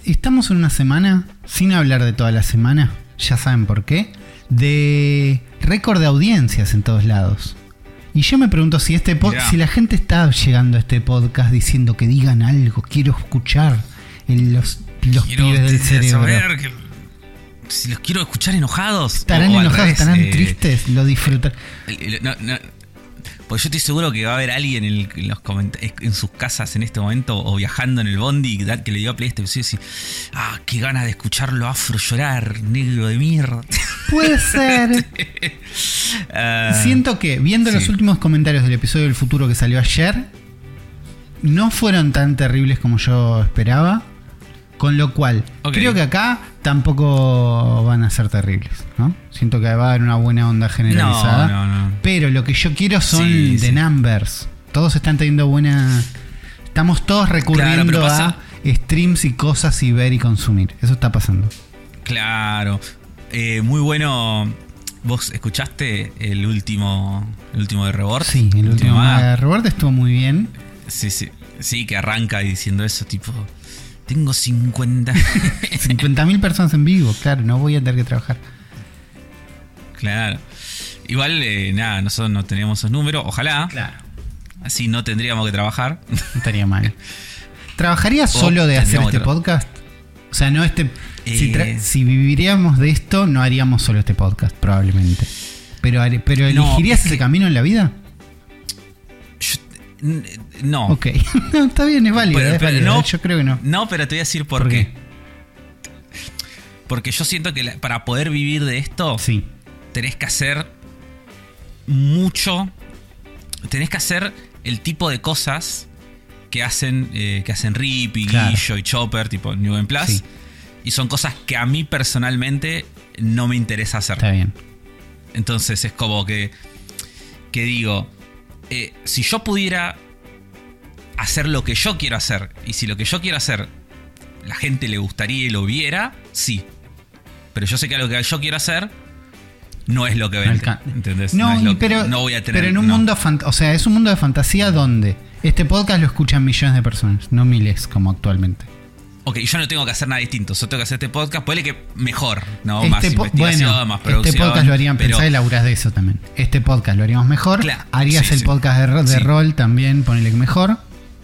estamos en una semana, sin hablar de toda la semana, ya saben por qué, de récord de audiencias en todos lados. Y yo me pregunto si si la gente está llegando a este podcast diciendo que digan algo, quiero escuchar los pibes del cerebro. Si los quiero escuchar enojados. ¿Estarán enojados? ¿Estarán tristes? ¿Lo disfrutan? Porque yo estoy seguro que va a haber alguien en los en sus casas en este momento o viajando en el bondi que le dio a play este episodio y dice, qué ganas de escucharlo afro llorar, negro de mierda. Puede ser. Siento que viendo los últimos comentarios del episodio del futuro que salió ayer, no fueron tan terribles como yo esperaba. Con lo cual, creo que acá tampoco van a ser terribles, ¿no? Siento que va a haber una buena onda generalizada. No. Pero lo que yo quiero son the numbers. Todos están teniendo buena... Estamos todos recurriendo a streams y cosas y ver y consumir. Eso está pasando. Claro. Muy bueno. ¿Vos escuchaste el último de Rebord? Sí, el último de Rebord estuvo muy bien. Sí, que arranca diciendo eso, tipo... Tengo 50.000 personas en vivo, claro, no voy a tener que trabajar. Claro. Igual, nosotros no tenemos esos números, ojalá. Claro. Así no tendríamos que trabajar. No estaría mal. ¿Trabajarías solo de hacer este podcast? O sea, no si viviríamos de esto, no haríamos solo este podcast, probablemente. Pero ¿elegirías ese camino en la vida? No. Ok. Está bien, es válido. Pero no, yo creo que no. No, pero te voy a decir por qué. Porque yo siento que para poder vivir de esto, tenés que hacer mucho. Tenés que hacer el tipo de cosas que hacen Rip y Guillo y Chopper, tipo New Game Plus. Sí. Y son cosas que a mí personalmente no me interesa hacer. Está bien. Entonces es como que digo... si yo pudiera hacer lo que yo quiero hacer, y si lo que yo quiero hacer la gente le gustaría y lo viera, sí. Pero yo sé que lo que yo quiero hacer no es lo que vende. ¿Entendés? No voy a tener. Pero en un mundo es un mundo de fantasía donde este podcast lo escuchan millones de personas, no miles como actualmente. Ok, yo no tengo que hacer nada distinto. Yo tengo que hacer este podcast. Puede que mejor, ¿no? Más investigación, más producción. Este podcast lo harían pensar y laburás de eso también. Este podcast lo haríamos mejor. Claro, harías el podcast de rol también, ponele que mejor.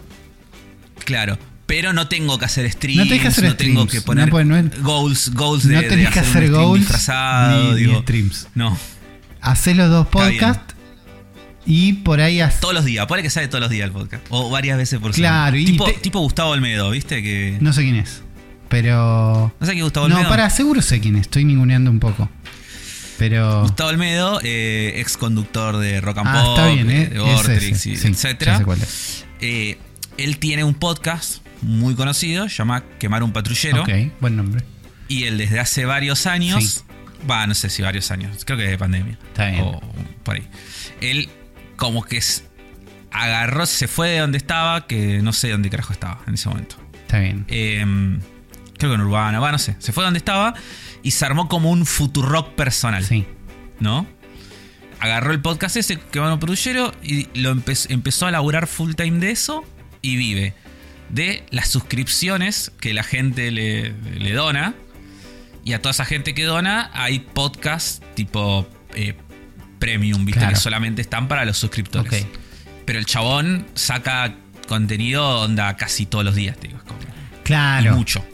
Claro, pero no tengo que hacer streams. No tenés que hacer streams. Tengo que poner goals de no tenés que hacer goals disfrazado, ni streams. No. Hacés los dos podcasts. Y por ahí todos los días, puede que sale todos los días el podcast. O varias veces por semana. Claro, tipo Gustavo Olmedo, ¿viste? Que... No sé quién es. Pero. No sé quién es Gustavo Olmedo. No, seguro sé quién es. Estoy ninguneando un poco. Pero. Gustavo Olmedo, ex conductor de Rock and Pop, está bien, de Vortrix, etcétera. Ya sé cuál es. Él tiene un podcast muy conocido, se llama Quemar un patrullero. Ok, buen nombre. Y él desde hace varios años. No sé si varios años. Creo que de pandemia. Está bien. O por ahí. Él como que agarró, se fue de donde estaba, que no sé dónde carajo estaba en ese momento. Está bien. Creo que en Urbana, no sé. Se fue de donde estaba y se armó como un futurock personal. Sí. ¿No? Agarró el podcast ese, Quemar un patrullero, y lo empezó a laburar full time de eso y vive de las suscripciones que la gente le dona. Y a toda esa gente que dona hay podcasts tipo... premium, ¿viste? Claro. Que solamente están para los suscriptores. Okay. Pero el chabón saca contenido onda casi todos los días, te digo. Es como, claro. Y mucho.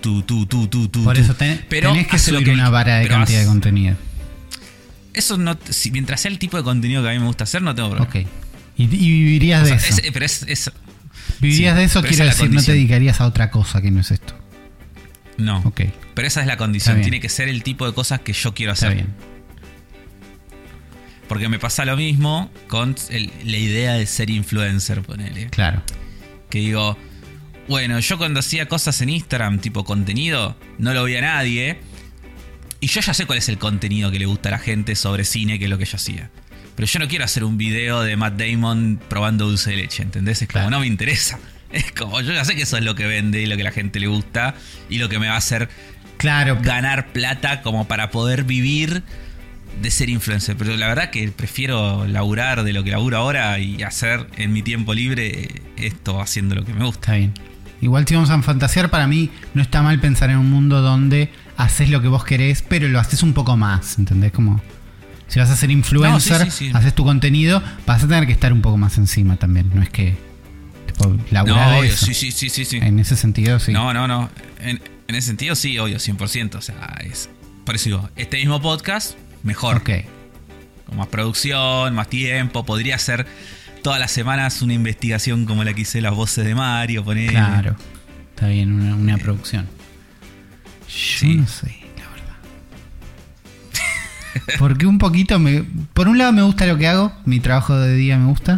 Por eso tenés que subir una vara de cantidad de contenido. Eso no... mientras sea el tipo de contenido que a mí me gusta hacer, no tengo problema. Ok. Y vivirías de eso. Vivirías de eso, quiero decir, no te dedicarías a otra cosa que no es esto. No. Ok. Pero esa es la condición. Tiene que ser el tipo de cosas que yo quiero hacer. Está bien. Porque me pasa lo mismo con la idea de ser influencer, ponele. Claro. Que digo, bueno, yo cuando hacía cosas en Instagram, tipo contenido, no lo veía a nadie. Y yo ya sé cuál es el contenido que le gusta a la gente sobre cine, que es lo que yo hacía. Pero yo no quiero hacer un video de Matt Damon probando dulce de leche, ¿entendés? Es como, no me interesa. Es como, yo ya sé que eso es lo que vende y lo que a la gente le gusta. Y lo que me va a hacer ganar plata como para poder vivir de ser influencer. Pero la verdad que prefiero laburar de lo que laburo ahora y hacer en mi tiempo libre esto haciendo lo que me gusta. Está bien. Igual si vamos a fantasear, para mí no está mal pensar en un mundo donde haces lo que vos querés, pero lo haces un poco más, ¿entendés? Como si vas a ser influencer, haces tu contenido, vas a tener que estar un poco más encima también. No es que tipo, laburar de eso. Sí. En ese sentido, sí. No. En ese sentido, sí, obvio, 100%. O sea, es... Por eso digo, este mismo podcast, mejor. Ok. Con más producción, más tiempo. Podría ser todas las semanas una investigación como la que hice las voces de Mario. Poner. Claro. Está bien, una producción. Yo no sé, la verdad. Porque un poquito por un lado me gusta lo que hago. Mi trabajo de día me gusta.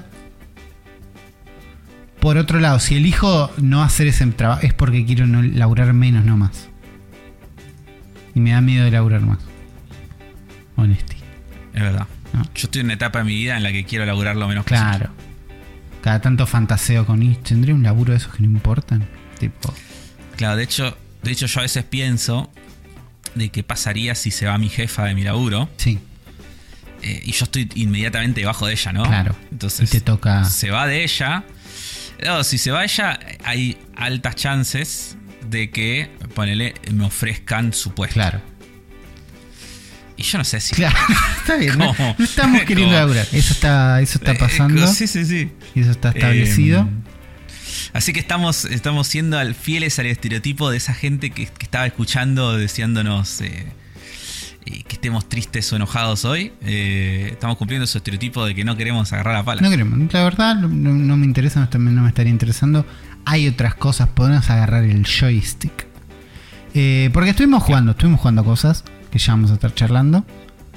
Por otro lado, si elijo no hacer ese trabajo es porque quiero no laburar menos, no más. Y me da miedo de laburar más. Honesty. Es verdad. ¿No? Yo estoy en una etapa de mi vida en la que quiero laburar lo menos claro. Posible. Cada tanto fantaseo con ¿tendré un laburo de esos que no importan? Tipo. Claro, de hecho yo a veces pienso de qué pasaría si se va mi jefa de mi laburo. Sí. Y yo estoy inmediatamente debajo de ella, ¿no? Claro. Entonces, y te toca. Se va de ella. No, si se va ella, hay altas chances de que, ponele, me ofrezcan su puesto. Claro. Y yo no sé si... Claro, está bien. No estamos queriendo laburar. Eso está pasando. Sí. Y eso está establecido. Así que estamos siendo fieles al estereotipo de esa gente que estaba escuchando, deseándonos que estemos tristes o enojados hoy. Estamos cumpliendo ese estereotipo de que no queremos agarrar la pala. No queremos. La verdad no me interesa, no me estaría interesando. Hay otras cosas, podemos agarrar el joystick. Porque estuvimos jugando cosas que ya vamos a estar charlando.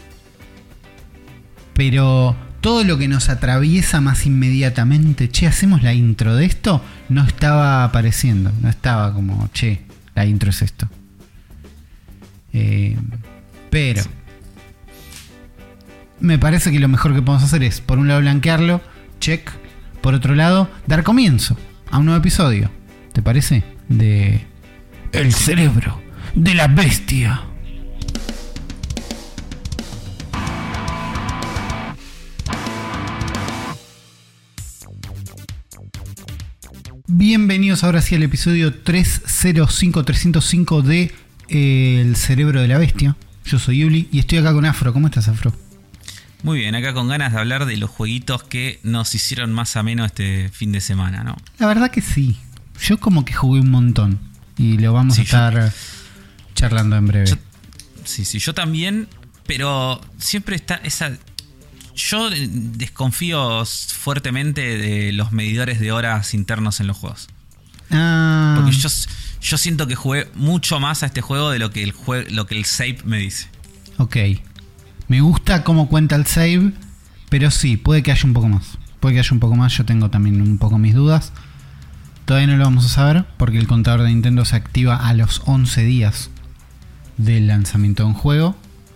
Pero todo lo que nos atraviesa más inmediatamente, hacemos la intro de esto, no estaba apareciendo. No estaba como, la intro es esto. Pero me parece que lo mejor que podemos hacer es, por un lado, blanquearlo, check. Por otro lado, dar comienzo a un nuevo episodio. ¿Te parece? De El cerebro de la bestia. Bienvenidos ahora sí al episodio 305 de El cerebro de la bestia. Yo soy Uli y estoy acá con Afro. ¿Cómo estás, Afro? Muy bien, acá con ganas de hablar de los jueguitos que nos hicieron más ameno este fin de semana, ¿no? La verdad que sí. Yo como que jugué un montón y lo vamos a estar charlando en breve. Yo también, pero siempre está esa... Yo desconfío fuertemente de los medidores de horas internos en los juegos. Porque yo siento que jugué mucho más a este juego de lo que el save me dice. Ok. Me gusta cómo cuenta el save, pero sí, puede que haya un poco más. Yo tengo también un poco mis dudas. Todavía no lo vamos a saber porque el contador de Nintendo se activa a los 11 días del lanzamiento de un juego.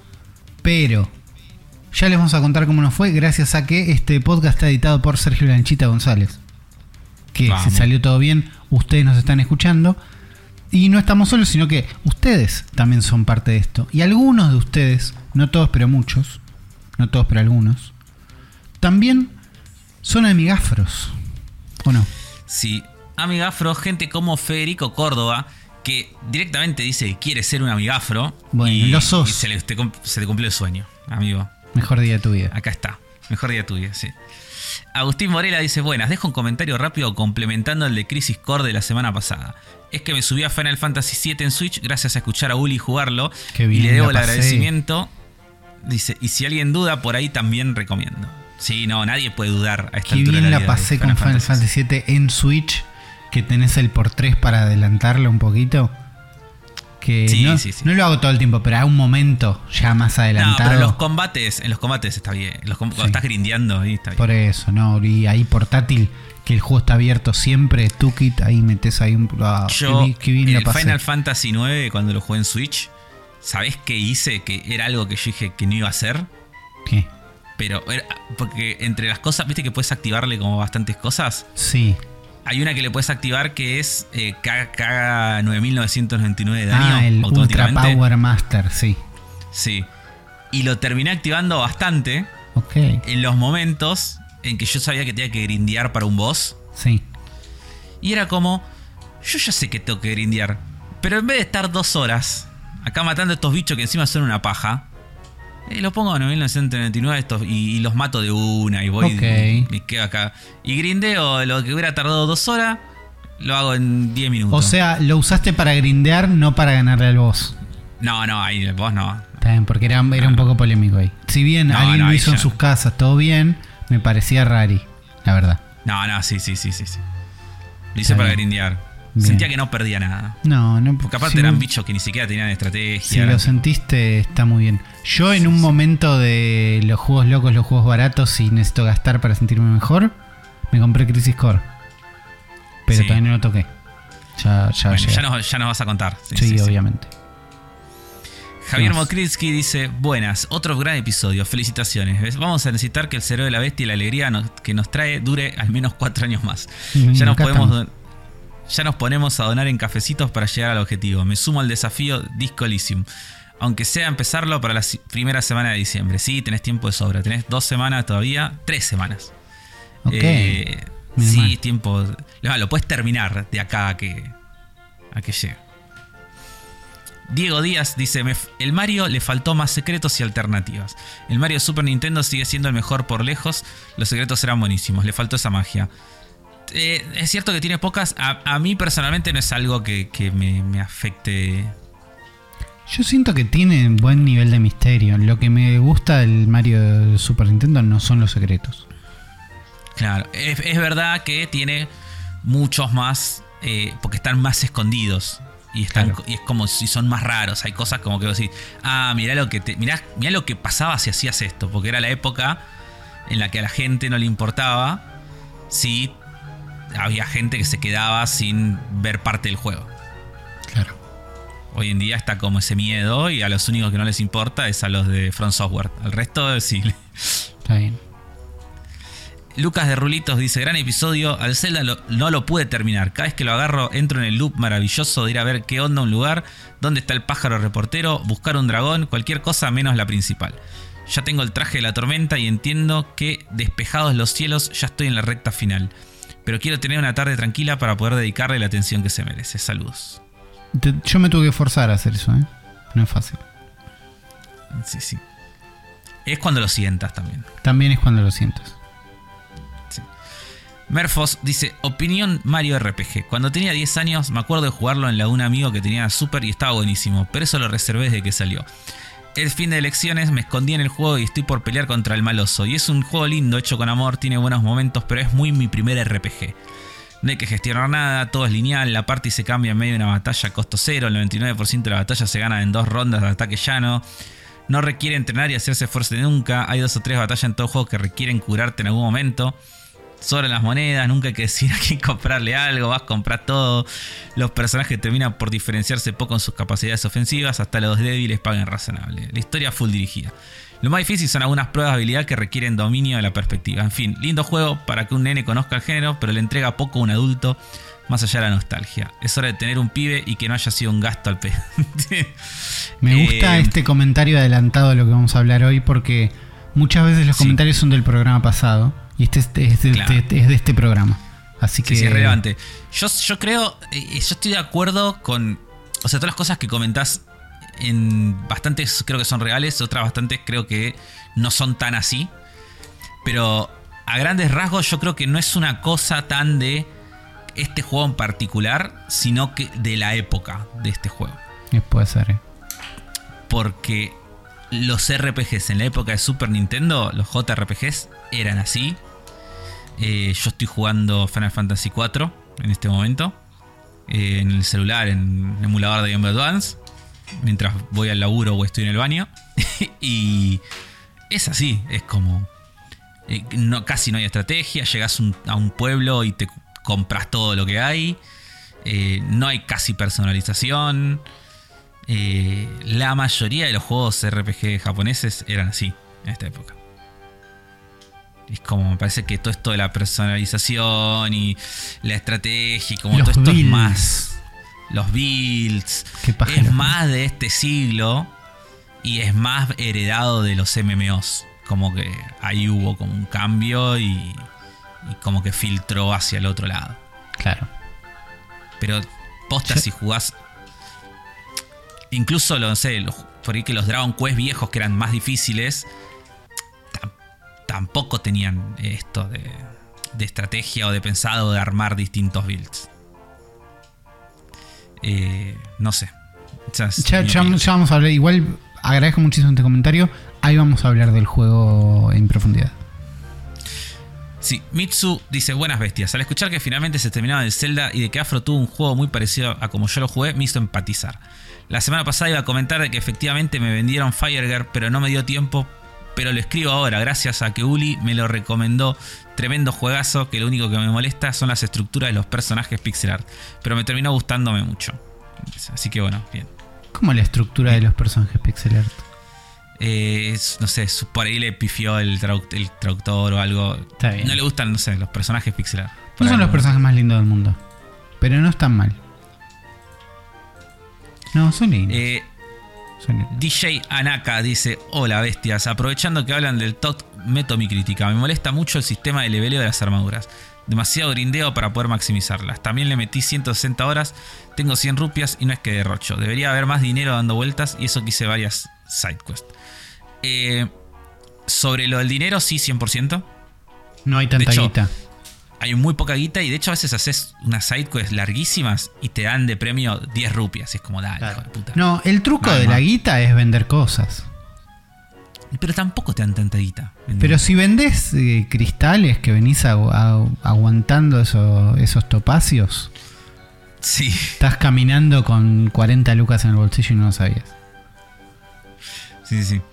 Pero ya les vamos a contar cómo nos fue gracias a que este podcast está editado por Sergio Lanchita González. Que si salió todo bien, ustedes nos están escuchando. Y no estamos solos, sino que ustedes también son parte de esto. Y algunos de ustedes, no todos pero muchos, no todos pero algunos, también son amigafros, ¿o no? Sí, amigafros, gente como Federico Córdoba, que directamente dice que quiere ser un amigafro. Bueno, lo sos. Y se te cumplió el sueño, amigo. Mejor día de tu vida. Acá está, mejor día de tu vida, sí. Agustín Morela dice, buenas, dejo un comentario rápido complementando el de Crisis Core de la semana pasada. Es que me subí a Final Fantasy VII en Switch gracias a escuchar a Uli jugarlo. Qué bien, y le debo el agradecimiento. Dice, y si alguien duda, por ahí también recomiendo. Sí, no, nadie puede dudar a esta altura de la vida. Qué bien la pasé con Final Fantasy VII en Switch, que tenés el por 3 para adelantarlo un poquito. Que sí. No lo hago todo el tiempo, pero hay un momento ya más adelantado. No, pero en los combates está bien. Cuando estás grindeando, ahí está bien. Por eso, ¿no? Y ahí portátil, que el juego está abierto siempre, Tukit, ahí metes ahí un... qué bien la pasé. Final Fantasy IX, cuando lo jugué en Switch, ¿sabés qué hice? Que era algo que yo dije que no iba a hacer. ¿Qué? Pero porque entre las cosas, ¿viste que puedes activarle como bastantes cosas? Sí. Hay una que le puedes activar que es caga 9999 de daño. El Ultra Power Master, sí. Sí. Y lo terminé activando bastante. Ok. En los momentos en que yo sabía que tenía que grindear para un boss. Sí. Y era como, yo ya sé que tengo que grindear. Pero en vez de estar 2 horas acá matando a estos bichos que encima son una paja, lo pongo en 1999 y los mato de una y voy y me quedo acá. Y grindeo lo que hubiera tardado 2 horas, lo hago en 10 minutos. O sea, lo usaste para grindear, no para ganarle al boss. No, ahí el boss no. Está bien, porque era un poco polémico ahí. Si bien alguien lo hizo en sus casas, todo bien, me parecía rari, la verdad. Sí. Lo hice para grindear. Bien. Sentía que no perdía nada. No. Porque aparte eran bichos que ni siquiera tenían estrategia. Si lo sentiste, está muy bien. Yo en un momento de los juegos locos, los juegos baratos y necesito gastar para sentirme mejor, me compré Crisis Core. Pero todavía no lo toqué. Ya nos vas a contar. Sí, obviamente. Javier Mokrinsky dice: buenas, otro gran episodio, felicitaciones. Vamos a necesitar que el cerebro de la bestia y la alegría que nos trae dure al menos 4 años más. Ya nos ponemos a donar en cafecitos para llegar al objetivo. Me sumo al desafío Disco Elysium, aunque sea empezarlo para la primera semana de diciembre. Sí, tenés tiempo de sobra, tenés 2 semanas todavía, 3 semanas. Sí, tiempo. Lo puedes terminar de acá a que llegue. Diego Díaz dice: el Mario le faltó más secretos y alternativas. El Mario de Super Nintendo sigue siendo el mejor por lejos. Los secretos eran buenísimos, le faltó esa magia. Es cierto que tiene pocas. A mí personalmente no es algo que me afecte. Yo siento que tiene buen nivel de misterio. Lo que me gusta del Mario de Super Nintendo no son los secretos. Claro, es verdad que tiene muchos más, porque están más escondidos. Y es como si son más raros. Hay cosas como que vos decís: mirá lo que pasaba si hacías esto. Porque era la época en la que a la gente no le importaba si había gente que se quedaba sin ver parte del juego. Claro. Hoy en día está como ese miedo, y a los únicos que no les importa es a los de From Software. Al resto sí. Está bien. Lucas de Rulitos dice: gran episodio. Al Zelda no lo pude terminar. Cada vez que lo agarro entro en el loop maravilloso de ir a ver qué onda un lugar, dónde está el pájaro reportero, buscar un dragón, cualquier cosa menos la principal. Ya tengo el traje de la tormenta y entiendo que despejados los cielos ya estoy en la recta final. Pero quiero tener una tarde tranquila para poder dedicarle la atención que se merece. Saludos. Yo me tuve que forzar a hacer eso, ¿eh? No es fácil. Sí. Es cuando lo sientas también. También es cuando lo sientas. Sí. Merfos dice: opinión Mario RPG. Cuando tenía 10 años me acuerdo de jugarlo en la de un amigo que tenía Super y estaba buenísimo, pero eso lo reservé desde que salió. El fin de elecciones me escondí en el juego y estoy por pelear contra el maloso. Y es un juego lindo, hecho con amor, tiene buenos momentos, pero es muy mi primer RPG. No hay que gestionar nada, todo es lineal, la party se cambia en medio de una batalla a costo cero, el 99% de la batalla se gana en 2 rondas de ataque llano. No requiere entrenar y hacerse fuerte nunca, hay 2 o 3 batallas en todo juego que requieren curarte en algún momento. Sobran las monedas, nunca hay que decir a quién comprarle algo, vas a comprar todo. Los personajes terminan por diferenciarse poco en sus capacidades ofensivas, hasta los débiles pagan razonable. La historia full dirigida. Lo más difícil son algunas pruebas de habilidad que requieren dominio de la perspectiva. En fin, lindo juego para que un nene conozca el género, pero le entrega poco a un adulto, más allá de la nostalgia. Es hora de tener un pibe y que no haya sido un gasto al pedo. Me gusta este comentario adelantado de lo que vamos a hablar hoy, porque muchas veces los comentarios son del programa pasado. Y este es de este programa. Así que sí, es relevante. Yo creo, yo estoy de acuerdo con, o sea, todas las cosas que comentás, en bastantes creo que son reales, otras bastantes creo que no son tan así. Pero a grandes rasgos yo creo que no es una cosa tan de este juego en particular, sino que de la época de este juego. Puede ser, Porque los RPGs en la época de Super Nintendo, los JRPGs, eran así. Yo estoy jugando Final Fantasy IV en este momento, en el celular, en el emulador de Game Boy Advance, mientras voy al laburo o estoy en el baño. Y es así, es como casi no hay estrategia. Llegas a un pueblo y te compras todo lo que hay. No hay casi personalización. La mayoría de los juegos RPG japoneses eran así en esta época. Es como, me parece que todo esto de la personalización y la estrategia y como los todo esto builds. Es más, los builds, es más de este siglo y es más heredado de los MMOs. Como que ahí hubo como un cambio y como que filtró hacia el otro lado. Claro. Pero posta, si jugás. Incluso, no sé, por ahí que los Dragon Quest viejos, que eran más difíciles, tampoco tenían esto de estrategia o de pensado de armar distintos builds. No sé. Ya vamos a hablar. Igual agradezco muchísimo este comentario. Ahí vamos a hablar del juego en profundidad. Sí, Mitsu dice: buenas bestias. Al escuchar que finalmente se terminaba el Zelda y de que Afro tuvo un juego muy parecido a como yo lo jugué, me hizo empatizar. La semana pasada iba a comentar de que efectivamente me vendieron Fireguard, pero no me dio tiempo. Pero lo escribo ahora, gracias a que Uli me lo recomendó. Tremendo juegazo, que lo único que me molesta son las estructuras de los personajes pixel art. Pero me terminó gustándome mucho. Así que bueno, bien. ¿Cómo la estructura de los personajes pixel art? No sé, por ahí le pifió el traductor o algo. Está bien. No le gustan, no sé, los personajes pixel art. No son los personajes más lindos del mundo, pero no están mal. No, son lindos. DJ Anaka dice: hola bestias, aprovechando que hablan del TOT, meto mi crítica. Me molesta mucho el sistema de leveleo de las armaduras. Demasiado grindeo para poder maximizarlas. También le metí 160 horas, tengo 100 rupias y no es que derrocho. Debería haber más dinero dando vueltas y eso que hice varias sidequests. Sobre lo del dinero, sí, 100%. No hay tanta guita. Hay muy poca guita y de hecho a veces haces unas sidequests larguísimas y te dan de premio 10 rupias. Y es como, dale, claro. Hijo de puta. No, el truco de la guita es vender cosas. Pero tampoco te dan tanta guita. Pero si vendés cristales que venís aguantando esos topacios, sí. Estás caminando con 40 lucas en el bolsillo y no lo sabías. Sí.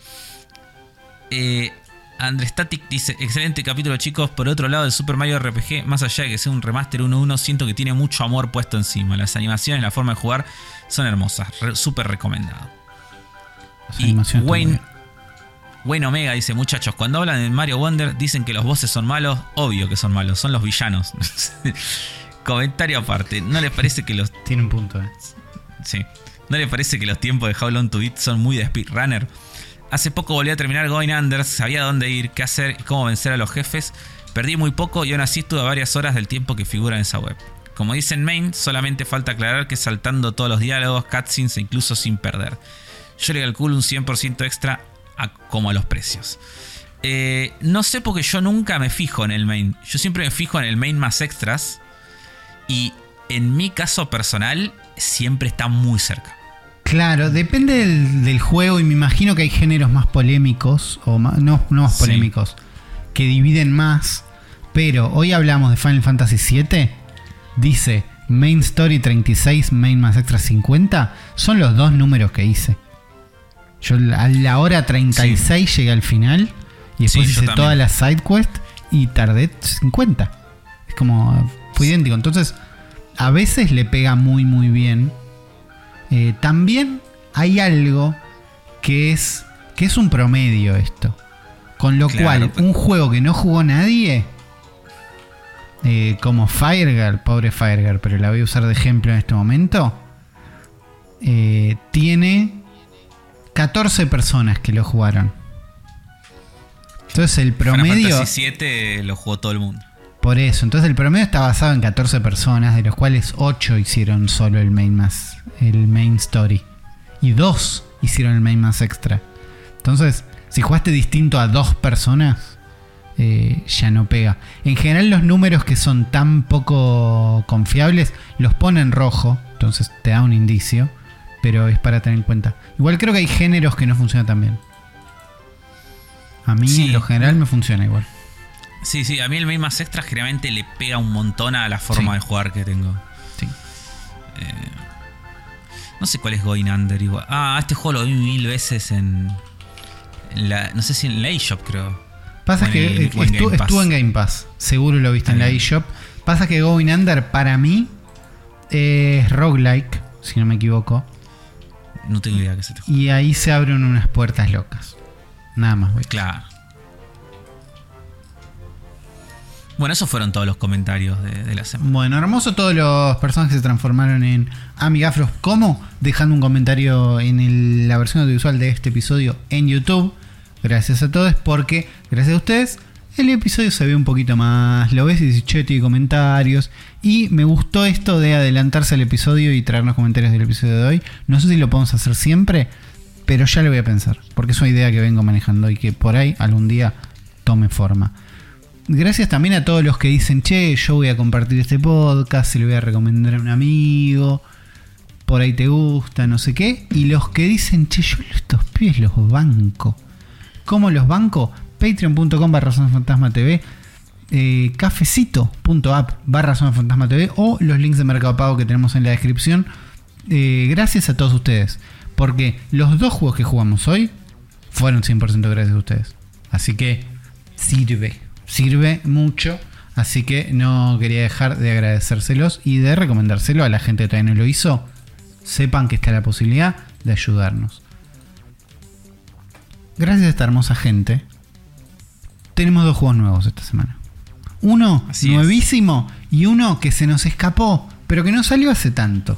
Andrestatic dice: excelente capítulo, chicos. Por otro lado, el Super Mario RPG, más allá de que sea un remaster 1.1, siento que tiene mucho amor puesto encima. Las animaciones, la forma de jugar son hermosas. Súper recomendado. Y Wayne Omega dice: muchachos, cuando hablan de Mario Wonder dicen que los bosses son malos. Obvio que son malos, son los villanos. Comentario aparte, ¿no les parece que los... Tiene un punto, Sí. ¿No les parece que los tiempos de How Long to Beat son muy de speedrunner? Hace poco volví a terminar Going Under, sabía dónde ir, qué hacer y cómo vencer a los jefes. Perdí muy poco y aún así estuve varias horas del tiempo que figura en esa web. Como dice en Main, solamente falta aclarar que saltando todos los diálogos, cutscenes e incluso sin perder. Yo le calculo un 100% extra como a los precios. No sé porque yo nunca me fijo en el Main. Yo siempre me fijo en el Main más extras. Y en mi caso personal, siempre está muy cerca. Claro, depende del juego y me imagino que hay géneros más polémicos, o no más polémicos, que dividen más. Pero hoy hablamos de Final Fantasy VII, dice Main Story 36, Main más Extra 50, son los dos números que hice. Yo a la hora 36 llegué al final y después hice todas las sidequests y tardé 50. Es como, fue idéntico. Entonces, a veces le pega muy muy bien. También hay algo que es un promedio esto. Con lo cual, un juego que no jugó nadie, como Fireguard, pobre Fireguard, pero la voy a usar de ejemplo en este momento, tiene 14 personas que lo jugaron. Entonces el promedio... Final Fantasy 7 lo jugó todo el mundo. Por eso, entonces el promedio está basado en 14 personas, de los cuales 8 hicieron solo el main story. Y 2 hicieron el main más extra. Entonces, si jugaste distinto a 2 personas, ya no pega. En general los números que son tan poco confiables los pone en rojo, entonces te da un indicio, pero es para tener en cuenta. Igual creo que hay géneros que no funcionan tan bien. A mí en lo general me funciona igual. Sí, a mí el main más extra generalmente le pega un montón a la forma de jugar que tengo. Sí. No sé cuál es Going Under igual. Este juego lo vi 1000 veces en la, no sé si en la eShop creo. Pasa que estuvo en Game Pass. Seguro lo viste en la eShop. Pasa que Going Under para mí es roguelike, si no me equivoco. No tengo idea de qué se te juega. Y ahí se abren unas puertas locas. Nada más, güey. Claro. Bueno, esos fueron todos los comentarios de la semana. Bueno, hermoso todos los personajes que se transformaron en Amigafros. ¿Cómo? Dejando un comentario en la versión audiovisual de este episodio en YouTube. Gracias a todos, porque gracias a ustedes el episodio se ve un poquito más, lo ves y dices, che, tiene comentarios. Y me gustó esto de adelantarse al episodio y traernos comentarios del episodio de hoy. No sé si lo podemos hacer siempre, pero ya lo voy a pensar, porque es una idea que vengo manejando y que por ahí algún día tome forma. Gracias también a todos los que dicen, che, yo voy a compartir este podcast, se lo voy a recomendar a un amigo, por ahí te gusta, no sé qué. Y los que dicen, che, yo estos pibes los banco. ¿Cómo los banco? Patreon.com/zonafantasmatv, cafecito.app/zonafantasmatv o los links de Mercado Pago que tenemos en la descripción. Gracias a todos ustedes, porque los 2 juegos que jugamos hoy fueron 100% gracias a ustedes. Así que sirve mucho. Así que no quería dejar de agradecérselos y de recomendárselo a la gente que todavía no lo hizo. Sepan que está la posibilidad de ayudarnos. Gracias a esta hermosa gente, tenemos 2 juegos nuevos esta semana. Uno así nuevísimo y uno que se nos escapó, pero que no salió hace tanto.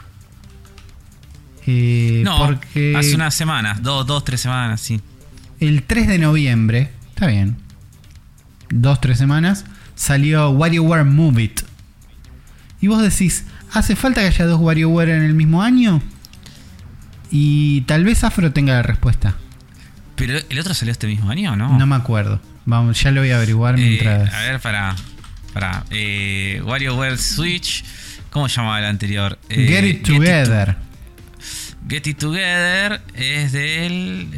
No, porque hace unas semanas, 3 semanas, sí. El 3 de noviembre, está bien, 2-3 semanas, salió WarioWare Move It. Y vos decís, ¿hace falta que haya 2 WarioWare en el mismo año? Y tal vez Afro tenga la respuesta. ¿Pero el otro salió este mismo año o no? No me acuerdo. Vamos, ya lo voy a averiguar mientras. A ver, para WarioWare Switch. ¿Cómo se llamaba el anterior? Get It Together. Get It Together es del.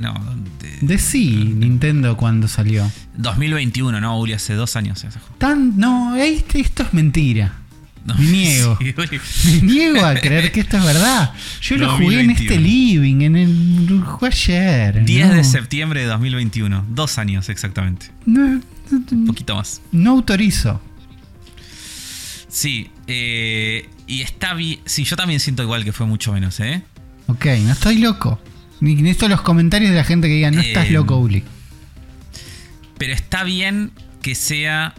Nintendo cuando salió. 2021, ¿no, Uli? Hace 2 años. No, esto es mentira. Me niego. Me niego a creer que esto es verdad. Yo lo jugué en este living, jugué ayer. 10 de septiembre de 2021. 2 años exactamente. Un poquito más. No autorizo. Sí, y está bien. Sí, yo también siento igual que fue mucho menos, ¿eh? Ok, no estoy loco. Necesito los comentarios de la gente que diga, no estás loco, Uli. Pero está bien que sea.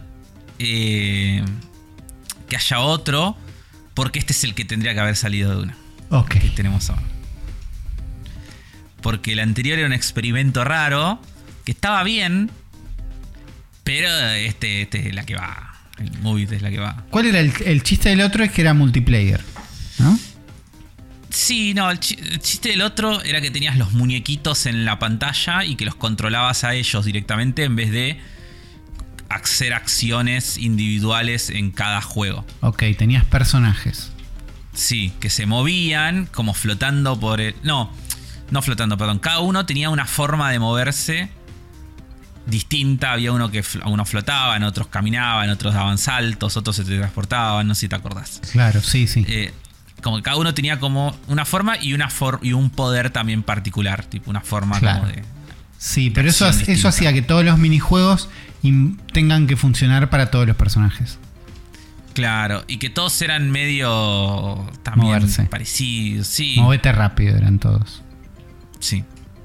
Que haya otro, porque este es el que tendría que haber salido de una. Ok. Que tenemos ahora. Porque el anterior era un experimento raro, que estaba bien, pero este es la que va. El Movie es la que va. ¿Cuál era el chiste del otro? Es que era multiplayer, ¿no? Sí, no, el chiste del otro era que tenías los muñequitos en la pantalla y que los controlabas a ellos directamente en vez de hacer acciones individuales en cada juego. Ok, tenías personajes. Sí, que se movían como flotando por el... No flotando, perdón. Cada uno tenía una forma de moverse distinta. Había uno que unos flotaban, otros caminaban, otros daban saltos, otros se teletransportaban, no sé si te acordás. Claro, sí. Como que cada uno tenía como una forma y un poder también particular, tipo una forma claro. Como de... Sí, pero eso hacía que todos los minijuegos tengan que funcionar para todos los personajes. Claro, y que todos eran medio también moverse. Parecidos, sí. Movete rápido eran todos. Sí.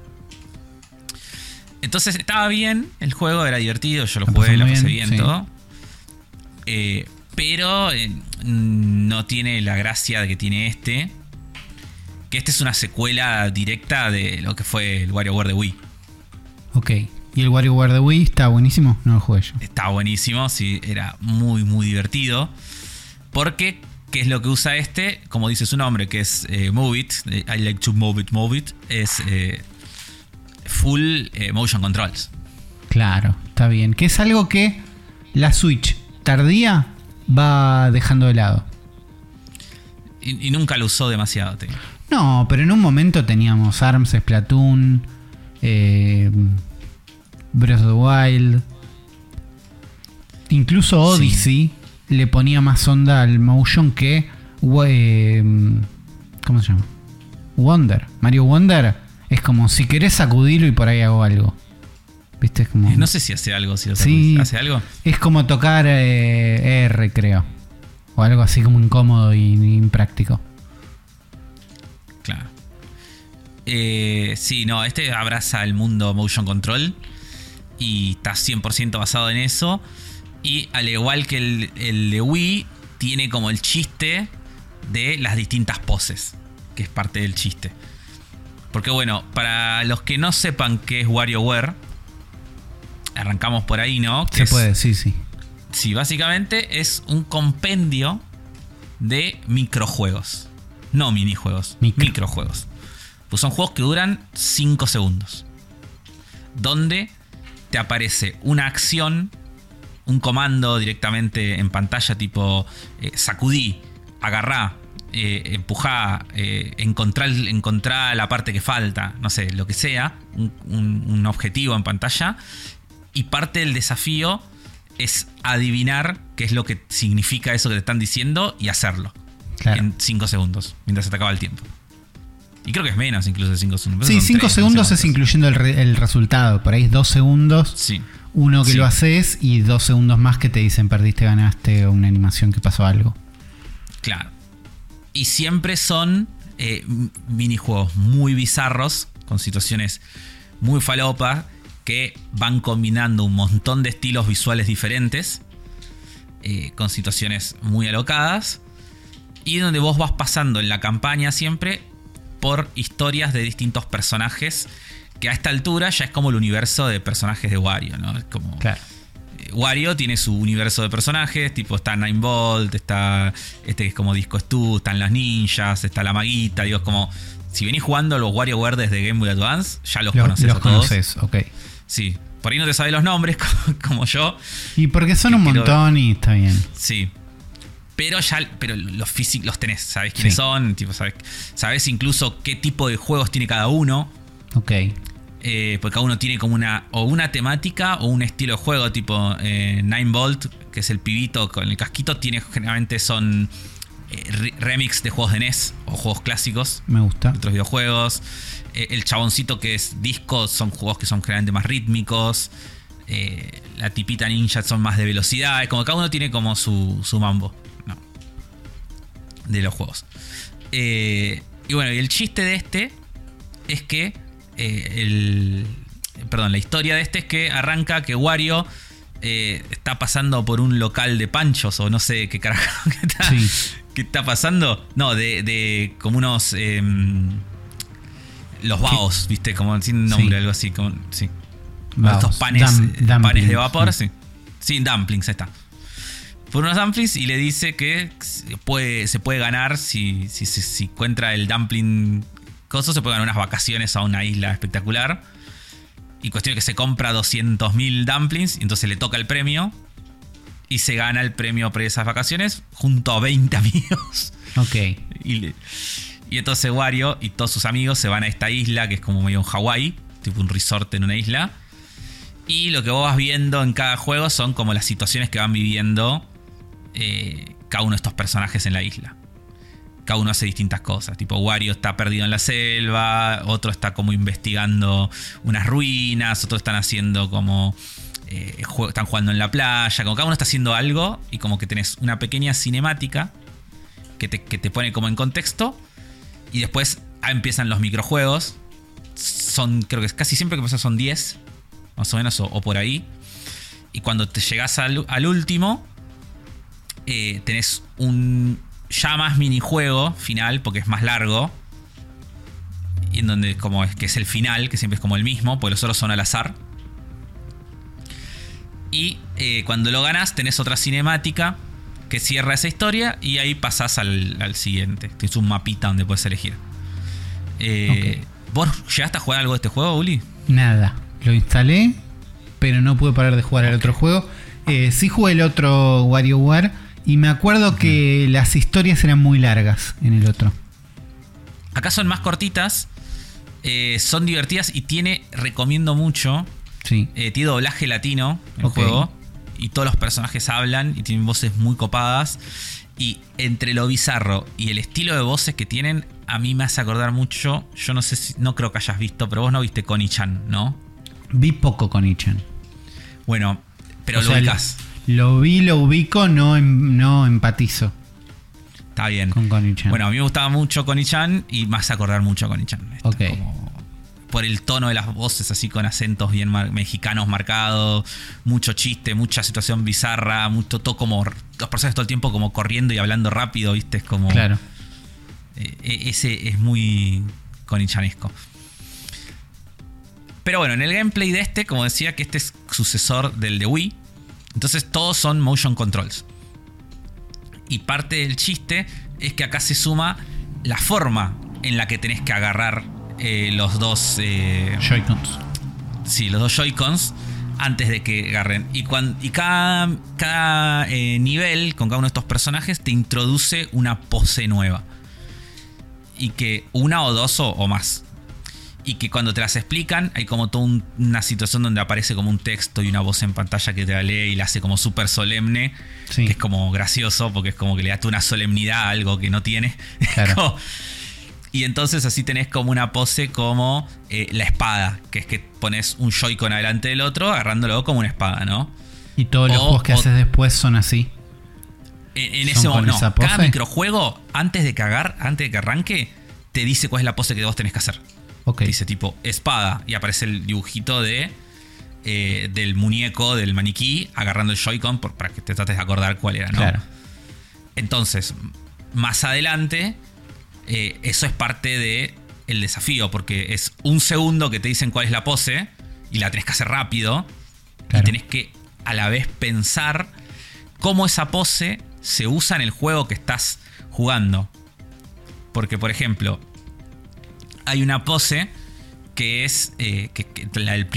Entonces estaba bien, el juego era divertido, yo lo jugué, lo pasé bien, sí. Todo. Pero no tiene la gracia que tiene este. Que este es una secuela directa de lo que fue el WarioWare de Wii. Ok. ¿Y el WarioWare de Wii está buenísimo? No lo jugué yo. Está buenísimo, sí, era muy, muy divertido. Porque, ¿qué es lo que usa este? Como dice su nombre, que es Move It. I like to move it. Es full motion controls. Claro, está bien. Que es algo que la Switch tardía va dejando de lado. Y nunca lo usó demasiado, te digo. No, pero en un momento teníamos ARMS, Splatoon, Breath of the Wild. Incluso Odyssey le ponía más onda al motion que ¿cómo se llama? Wonder. Mario Wonder es como si querés sacudirlo y por ahí hago algo. ¿Viste? Es como... No sé si hace algo, ¿hace algo? Es como tocar R, creo. O algo así como incómodo y impráctico. Claro. Sí, no, este abraza el mundo motion control y está 100% basado en eso. Y al igual que el de Wii, tiene como el chiste de las distintas poses, que es parte del chiste. Porque bueno, para los que no sepan qué es WarioWare, arrancamos por ahí, ¿no? Se puede, sí. Sí, básicamente es un compendio de microjuegos. No minijuegos, microjuegos. Pues son juegos que duran 5 segundos. Donde te aparece una acción, un comando directamente en pantalla tipo sacudí, agarrá, empujá, encontrá la parte que falta, no sé, lo que sea, un objetivo en pantalla. Y parte del desafío es adivinar qué es lo que significa eso que te están diciendo y hacerlo. Claro. En 5 segundos, mientras se te acaba el tiempo. Y creo que es menos incluso de 5 segundos. Sí, 5 segundos es incluyendo el resultado. Por ahí es 2 segundos. Sí. Uno que lo haces y 2 segundos más que te dicen perdiste, ganaste, o una animación que pasó algo. Claro. Y siempre son minijuegos muy bizarros, con situaciones muy falopas, que van combinando un montón de estilos visuales diferentes, con situaciones muy alocadas, y donde vos vas pasando en la campaña siempre por historias de distintos personajes, que a esta altura ya es como el universo de personajes de Wario, ¿no? Es como... Claro. Wario tiene su universo de personajes, tipo está Nine Bolt, está que es como Disco Stu, están las ninjas, está la maguita, digo, es como... Si venís jugando los WarioWare desde Game Boy Advance, ya los conoces a todos. Conoces, ok. Sí, por ahí no te sabes los nombres como yo. Y porque son un montón y está bien. Sí. Pero los físicos los tenés, sabés quiénes son, tipo, sabés incluso qué tipo de juegos tiene cada uno. Ok. Porque cada uno tiene como una temática o un estilo de juego, tipo Nine Bolt, que es el pibito con el casquito, generalmente son remix de juegos de NES o juegos clásicos. Me gusta. Otros videojuegos. El chaboncito que es disco son juegos que son generalmente más rítmicos. La tipita ninja son más de velocidad. Es como cada uno tiene como su mambo, ¿no? De los juegos. Y bueno, y el chiste de este es que la historia de este es que arranca que Wario está pasando por un local de panchos o no sé qué carajo que está pasando. No, de como unos los baos, ¿viste? Como sin nombre, algo así. Como, sí. Estos panes, panes de vapor, sí. Sí, dumplings, ahí está. Por unos dumplings y le dice que se puede ganar si encuentra el dumpling coso, se puede ganar unas vacaciones a una isla espectacular. Y cuestión que se compra 200.000 dumplings y entonces le toca el premio y se gana el premio por esas vacaciones junto a 20 amigos. Ok. Y entonces Wario y todos sus amigos se van a esta isla que es como medio un Hawái, tipo un resort en una isla. Y lo que vos vas viendo en cada juego son como las situaciones que van viviendo cada uno de estos personajes en la isla. Cada uno hace distintas cosas. Tipo Wario está perdido en la selva, otro está como investigando unas ruinas, otros están haciendo como... están jugando en la playa. Como cada uno está haciendo algo y como que tenés una pequeña cinemática que te pone como en contexto. Y después empiezan los microjuegos. Creo que casi siempre que pasa son 10, más o menos, o por ahí. Y cuando te llegás al último, tenés un ya más minijuego final, porque es más largo. Y en donde como es que es el final, que siempre es como el mismo, porque los otros son al azar. Y cuando lo ganás, tenés otra cinemática que cierra esa historia y ahí pasás al siguiente. Tienes un mapita donde puedes elegir. Okay. ¿Vos llegaste a jugar algo de este juego, Uli? Nada. Lo instalé, pero no pude parar de jugar al otro juego. Sí jugué el otro WarioWare y me acuerdo que las historias eran muy largas en el otro. Acá son más cortitas, son divertidas y recomiendo mucho. Sí. Tiene doblaje latino el juego. Y todos los personajes hablan y tienen voces muy copadas. Y entre lo bizarro y el estilo de voces que tienen, a mí me hace acordar mucho. Yo no creo que hayas visto, pero vos no viste Connie-chan, ¿no? Vi poco Connie-chan. Bueno, pero lo ubicás. Lo ubico, no empatizo. Está bien. Con Connie-chan. Bueno, a mí me gustaba mucho Connie-chan y me hace acordar mucho a Connie-chan. Ok. Como por el tono de las voces, así con acentos bien mexicanos marcados, mucho chiste, mucha situación bizarra, mucho todo como los personajes todo el tiempo como corriendo y hablando rápido, ¿viste? Es como... Claro. Ese es muy Connie-chanesco. Pero bueno, en el gameplay de como decía, que este es sucesor del de Wii. Entonces todos son motion controls. Y parte del chiste es que acá se suma la forma en la que tenés que agarrar los dos Joy-Cons. Sí, los dos Joy-Cons antes de que agarren. Y cada nivel con cada uno de estos personajes te introduce una pose nueva. Y que una o dos o más. Y que cuando te las explican hay como toda una situación donde aparece como un texto y una voz en pantalla que te la lee y la hace como súper solemne. Sí. Que es como gracioso porque es como que le das una solemnidad a algo que no tiene. Claro. Y entonces así tenés como una pose como la espada, que es que pones un Joy-Con adelante del otro agarrándolo como una espada, ¿no? Y todos los juegos que haces después son así. En ese momento, no. Cada microjuego, antes de que arranque, te dice cuál es la pose que vos tenés que hacer. Okay. Dice tipo espada y aparece el dibujito del muñeco, del maniquí, agarrando el Joy-Con para que te trates de acordar cuál era, ¿no? Claro. Entonces, más adelante, eso es parte del desafío, porque es un segundo que te dicen cuál es la pose y la tenés que hacer rápido. Claro. Y tenés que a la vez pensar cómo esa pose se usa en el juego que estás jugando. Porque, por ejemplo, hay una pose que es la del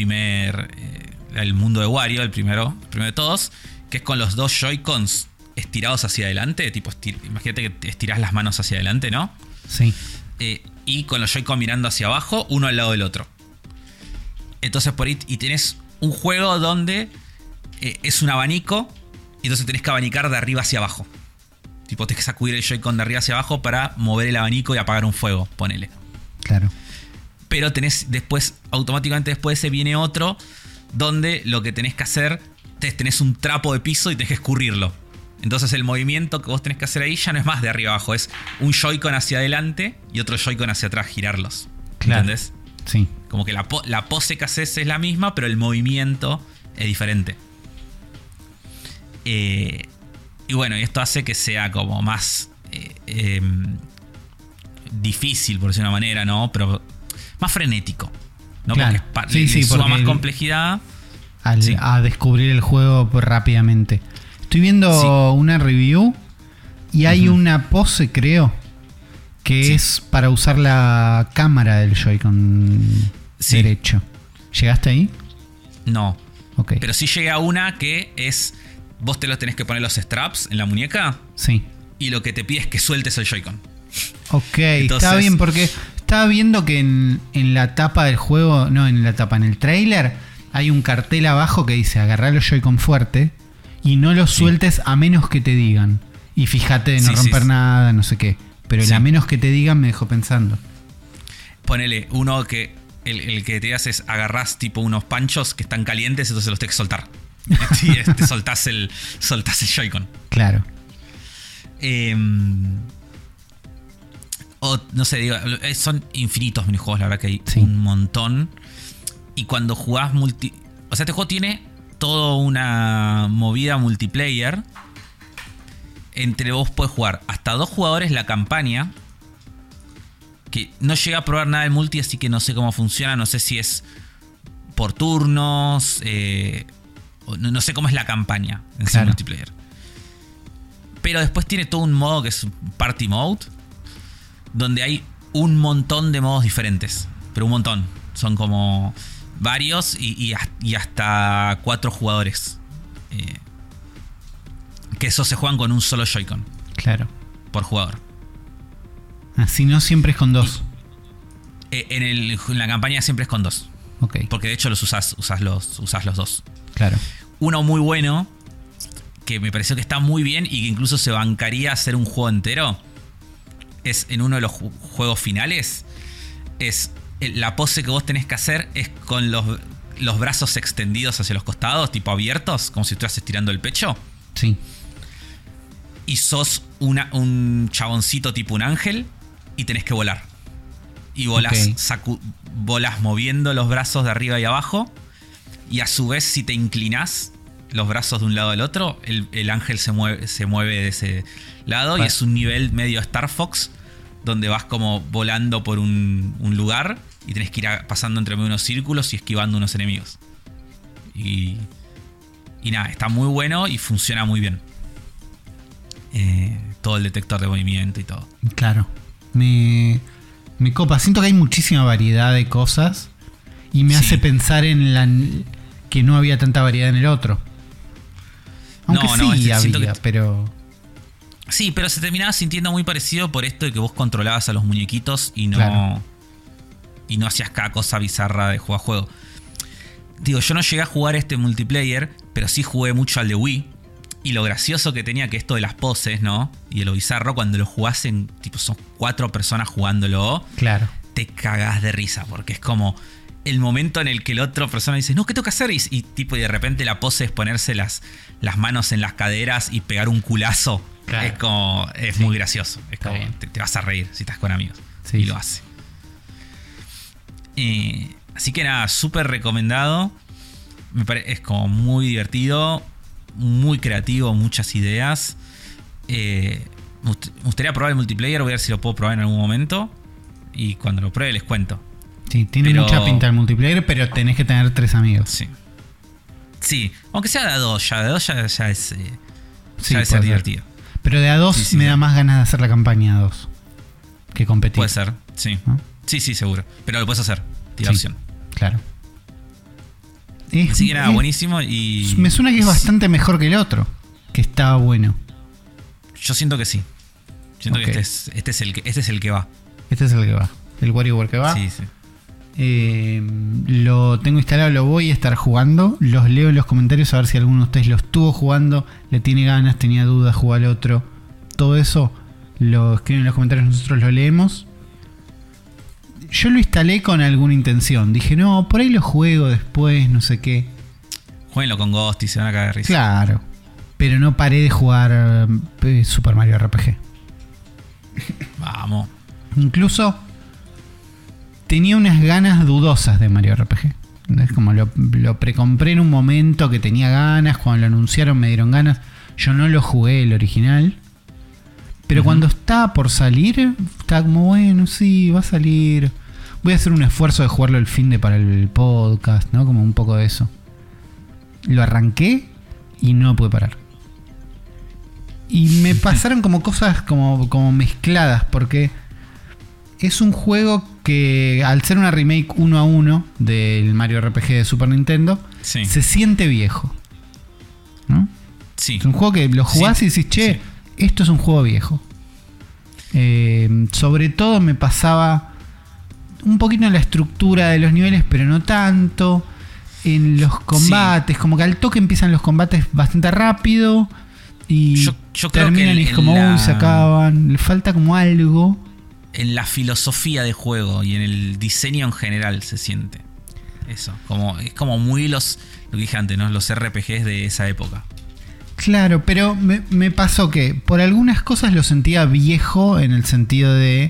el mundo de Wario, el primero de todos, que es con los dos Joy-Cons estirados hacia adelante. Tipo, imagínate que estirás las manos hacia adelante, ¿no? Sí. Y con los Joy-Con mirando hacia abajo, uno al lado del otro. Entonces por ahí y tenés un juego donde es un abanico y entonces tenés que abanicar de arriba hacia abajo. Tipo, tenés que sacudir el Joy-Con de arriba hacia abajo para mover el abanico y apagar un fuego, ponele. Claro. Pero tenés después, automáticamente después de ese viene otro donde lo que tenés que hacer, tenés un trapo de piso y tenés que escurrirlo. Entonces el movimiento que vos tenés que hacer ahí ya no es más de arriba abajo, es un Joy-Con hacia adelante y otro Joy-Con hacia atrás, girarlos. Claro. ¿Entendés? Sí. Como que la pose que haces es la misma, pero el movimiento es diferente. Y bueno, y esto hace que sea como más difícil, por decirlo de una manera, ¿no? Pero más frenético, ¿no? Claro. Porque le suma más complejidad. A descubrir el juego rápidamente. Estoy viendo una review y hay una pose, creo, que es para usar la cámara del Joy-Con derecho. ¿Llegaste ahí? No. Okay. Pero sí llegué a una que es... Vos te los tenés que poner los straps en la muñeca. Sí. Y lo que te pide es que sueltes el Joy-Con. Ok, entonces, está bien porque estaba viendo que en la tapa del juego... No, en el trailer hay un cartel abajo que dice agarrar los Joy-Con fuerte y no los sueltes a menos que te digan. Y fíjate de no romper nada, no sé qué. Pero el a menos que te digan me dejó pensando. Ponele uno que... El que te haces agarrás tipo unos panchos que están calientes, entonces los tenés que soltar. Y soltás el Joy-Con. Claro. O no sé, digo, son infinitos minijuegos, la verdad que hay un montón. Y cuando jugás o sea, este juego tiene toda una movida multiplayer. Entre vos podés jugar hasta 2 jugadores la campaña. Que no llegué a probar nada de multi, así que no sé cómo funciona. No sé si es por turnos. No sé cómo es la campaña en ese multiplayer. Pero después tiene todo un modo que es Party Mode, donde hay un montón de modos diferentes. Pero un montón. Son como varios y hasta 4 jugadores. Que esos se juegan con un solo Joy-Con. Claro. Por jugador. Así no siempre es con 2. En la campaña siempre es con 2. Okay. Porque de hecho usás los 2. Claro. Uno muy bueno, que me pareció que está muy bien y que incluso se bancaría hacer un juego entero, es en uno de los juegos finales. Es la pose que vos tenés que hacer es con los brazos extendidos hacia los costados, tipo abiertos, como si estuvieras estirando el pecho. Sí. Y sos un chaboncito tipo un ángel y tenés que volar. Y volás, volás moviendo los brazos de arriba y abajo. Y a su vez, si te inclinás los brazos de un lado al otro, el ángel se mueve de ese lado. Vale. Y es un nivel medio Star Fox, donde vas como volando por un lugar y tenés que ir pasando entre unos círculos y esquivando unos enemigos. Y nada, está muy bueno y funciona muy bien. Todo el detector de movimiento y todo. Claro. Me copa. Siento que hay muchísima variedad de cosas y me hace pensar que no había tanta variedad en el otro. Aunque sí había, pero... Sí, pero se terminaba sintiendo muy parecido por esto de que vos controlabas a los muñequitos y no... Claro. Y no hacías cada cosa bizarra de juego a juego. Digo, yo no llegué a jugar este multiplayer, pero sí jugué mucho al de Wii. Y lo gracioso que tenía que esto de las poses, ¿no? Y de lo bizarro, cuando lo jugás en... Tipo, son 4 personas jugándolo. Claro. Te cagás de risa, porque es como... El momento en el que la otra persona dice, no, ¿qué tengo que hacer? Y tipo, y de repente la pose es ponerse las manos en las caderas y pegar un culazo. Claro. Es como... Es muy gracioso. Es como... Te vas a reír si estás con amigos. Sí, y lo hace. Así que nada, súper recomendado. Es como muy divertido, muy creativo, muchas ideas. Me gustaría probar el multiplayer, voy a ver si lo puedo probar en algún momento. Y cuando lo pruebe les cuento. Sí, tiene mucha pinta el multiplayer, pero tenés que tener 3 amigos. Sí. Sí, aunque sea de a 2, ya de a 2 ya es debe ser divertido. Pero de a 2 me da más ganas de hacer la campaña a 2 que competir. Puede ser, sí. ¿No? Sí, seguro. Pero lo puedes hacer. Tiene opción. Claro. Así que nada, buenísimo y... Me suena que es bastante mejor que el otro. Que estaba bueno. Yo siento que sí. Siento que este es el que va. Este es el que va. El WarioWare que va. Sí. Lo tengo instalado, lo voy a estar jugando. Los leo en los comentarios a ver si alguno de ustedes lo estuvo jugando, le tiene ganas, tenía dudas, jugó al otro. Todo eso lo escriben en los comentarios, nosotros lo leemos. Yo lo instalé con alguna intención. Dije, no, por ahí lo juego después, no sé qué. Jueguenlo con Ghost y se van a caer de risa. Claro. Pero no paré de jugar Super Mario RPG. Vamos. Incluso tenía unas ganas dudosas de Mario RPG. Es como lo precompré en un momento que tenía ganas. Cuando lo anunciaron me dieron ganas. Yo no lo jugué el original. Pero cuando estaba por salir, estaba como, bueno, sí, va a salir. Voy a hacer un esfuerzo de jugarlo el fin de para el podcast, ¿no? Como un poco de eso. Lo arranqué y no pude parar. Y me pasaron como cosas como mezcladas, porque es un juego que, al ser una remake 1-1 del Mario RPG de Super Nintendo, se siente viejo, ¿no? Sí. Es un juego que lo jugás y decís, che, esto es un juego viejo. Sobre todo me pasaba un poquito en la estructura de los niveles, pero no tanto. En los combates, como que al toque empiezan los combates bastante rápido y yo creo terminan que y es como, uy, se acaban. Le falta como algo. En la filosofía de juego y en el diseño en general se siente eso. Es como muy lo que dije antes, ¿no? Los RPGs de esa época. Claro, pero me pasó que por algunas cosas lo sentía viejo en el sentido de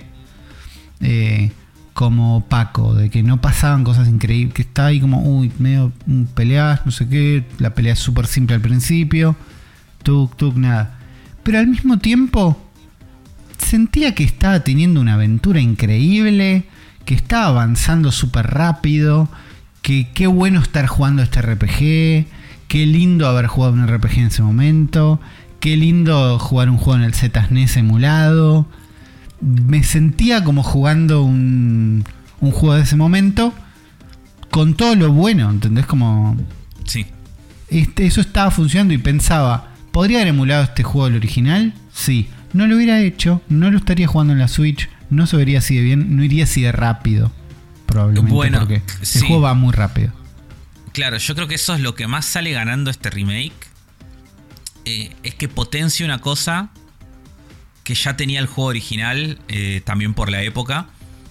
como opaco, de que no pasaban cosas increíbles, que estaba ahí como, uy, medio peleas, no sé qué, la pelea es súper simple al principio, tuk, nada. Pero al mismo tiempo sentía que estaba teniendo una aventura increíble, que estaba avanzando súper rápido, que qué bueno estar jugando este RPG. Qué lindo haber jugado un RPG en ese momento. Qué lindo jugar un juego en el ZSNES emulado. Me sentía como jugando un juego de ese momento con todo lo bueno, ¿entendés? Como... Sí. Eso estaba funcionando y pensaba, ¿podría haber emulado este juego del original? Sí. No lo hubiera hecho, no lo estaría jugando en la Switch, no se vería así de bien, no iría así de rápido. Probablemente, porque el juego va muy rápido. Claro, yo creo que eso es lo que más sale ganando este remake. Es que potencia una cosa que ya tenía el juego original, también por la época.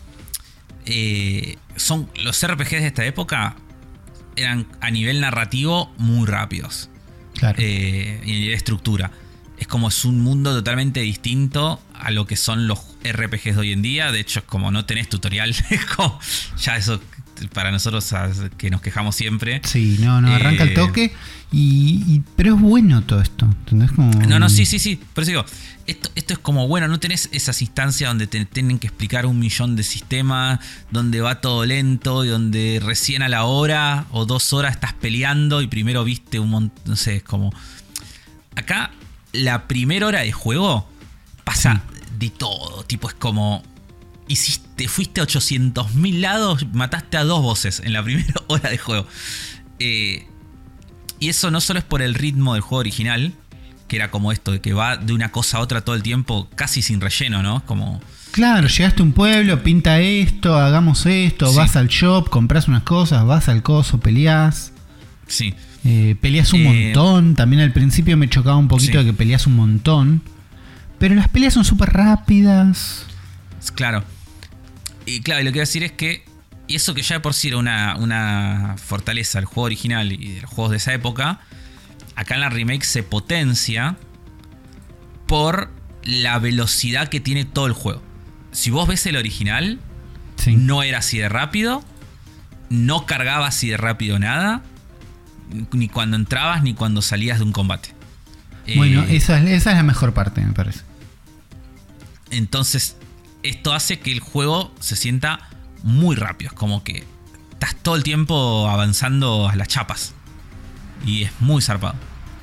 Los RPGs de esta época eran a nivel narrativo muy rápidos. Claro. Y a nivel de estructura. Es un mundo totalmente distinto a lo que son los RPGs de hoy en día. De hecho, es como no tenés tutorial. Es como, ya eso para nosotros que nos quejamos siempre. Sí, no, arranca el toque. Pero es bueno todo esto. ¿Entendés? No, sí. Por eso digo, esto es como bueno, no tenés esas instancias donde te tienen que explicar 1.000.000 de sistemas, donde va todo lento y donde recién a la hora o 2 horas estás peleando y primero viste un montón. No sé, es como. Acá, la primera hora de juego pasa de todo. Tipo, es como. Fuiste a 800.000 lados, mataste a 2 bosses en la primera hora de juego. Y eso no solo es por el ritmo del juego original, que era como esto, de que va de una cosa a otra todo el tiempo, casi sin relleno, ¿no? Como. Claro, llegaste a un pueblo, pinta esto, hagamos esto, vas al shop, compras unas cosas, vas al coso, peleás. Sí. Peleás un montón. También al principio me chocaba un poquito de que peleás un montón. Pero las peleas son súper rápidas. Claro. Y claro, lo que quiero decir es que. Y eso que ya de por sí era una fortaleza del juego original y de los juegos de esa época. Acá en la remake se potencia por la velocidad que tiene todo el juego. Si vos ves el original, no era así de rápido. No cargaba así de rápido nada. Ni cuando entrabas ni cuando salías de un combate. Bueno, esa es la mejor parte, me parece. Entonces, esto hace que el juego se sienta muy rápido. Es como que estás todo el tiempo avanzando a las chapas. Y es muy zarpado.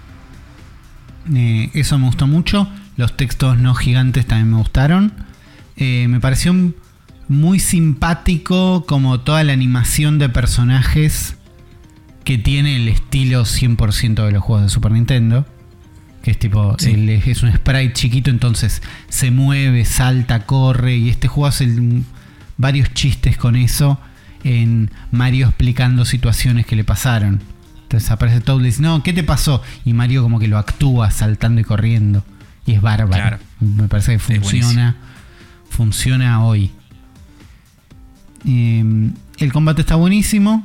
Eso me gustó mucho. Los textos no gigantes también me gustaron. Me pareció muy simpático como toda la animación de personajes que tiene el estilo 100% de los juegos de Super Nintendo. Que es tipo, es un sprite chiquito, entonces se mueve, salta, corre. Y este juego hace varios chistes con eso en Mario explicando situaciones que le pasaron. Entonces aparece Toad y le dice, no, ¿qué te pasó? Y Mario como que lo actúa saltando y corriendo. Y es bárbaro. Claro. Me parece que funciona hoy. El combate está buenísimo.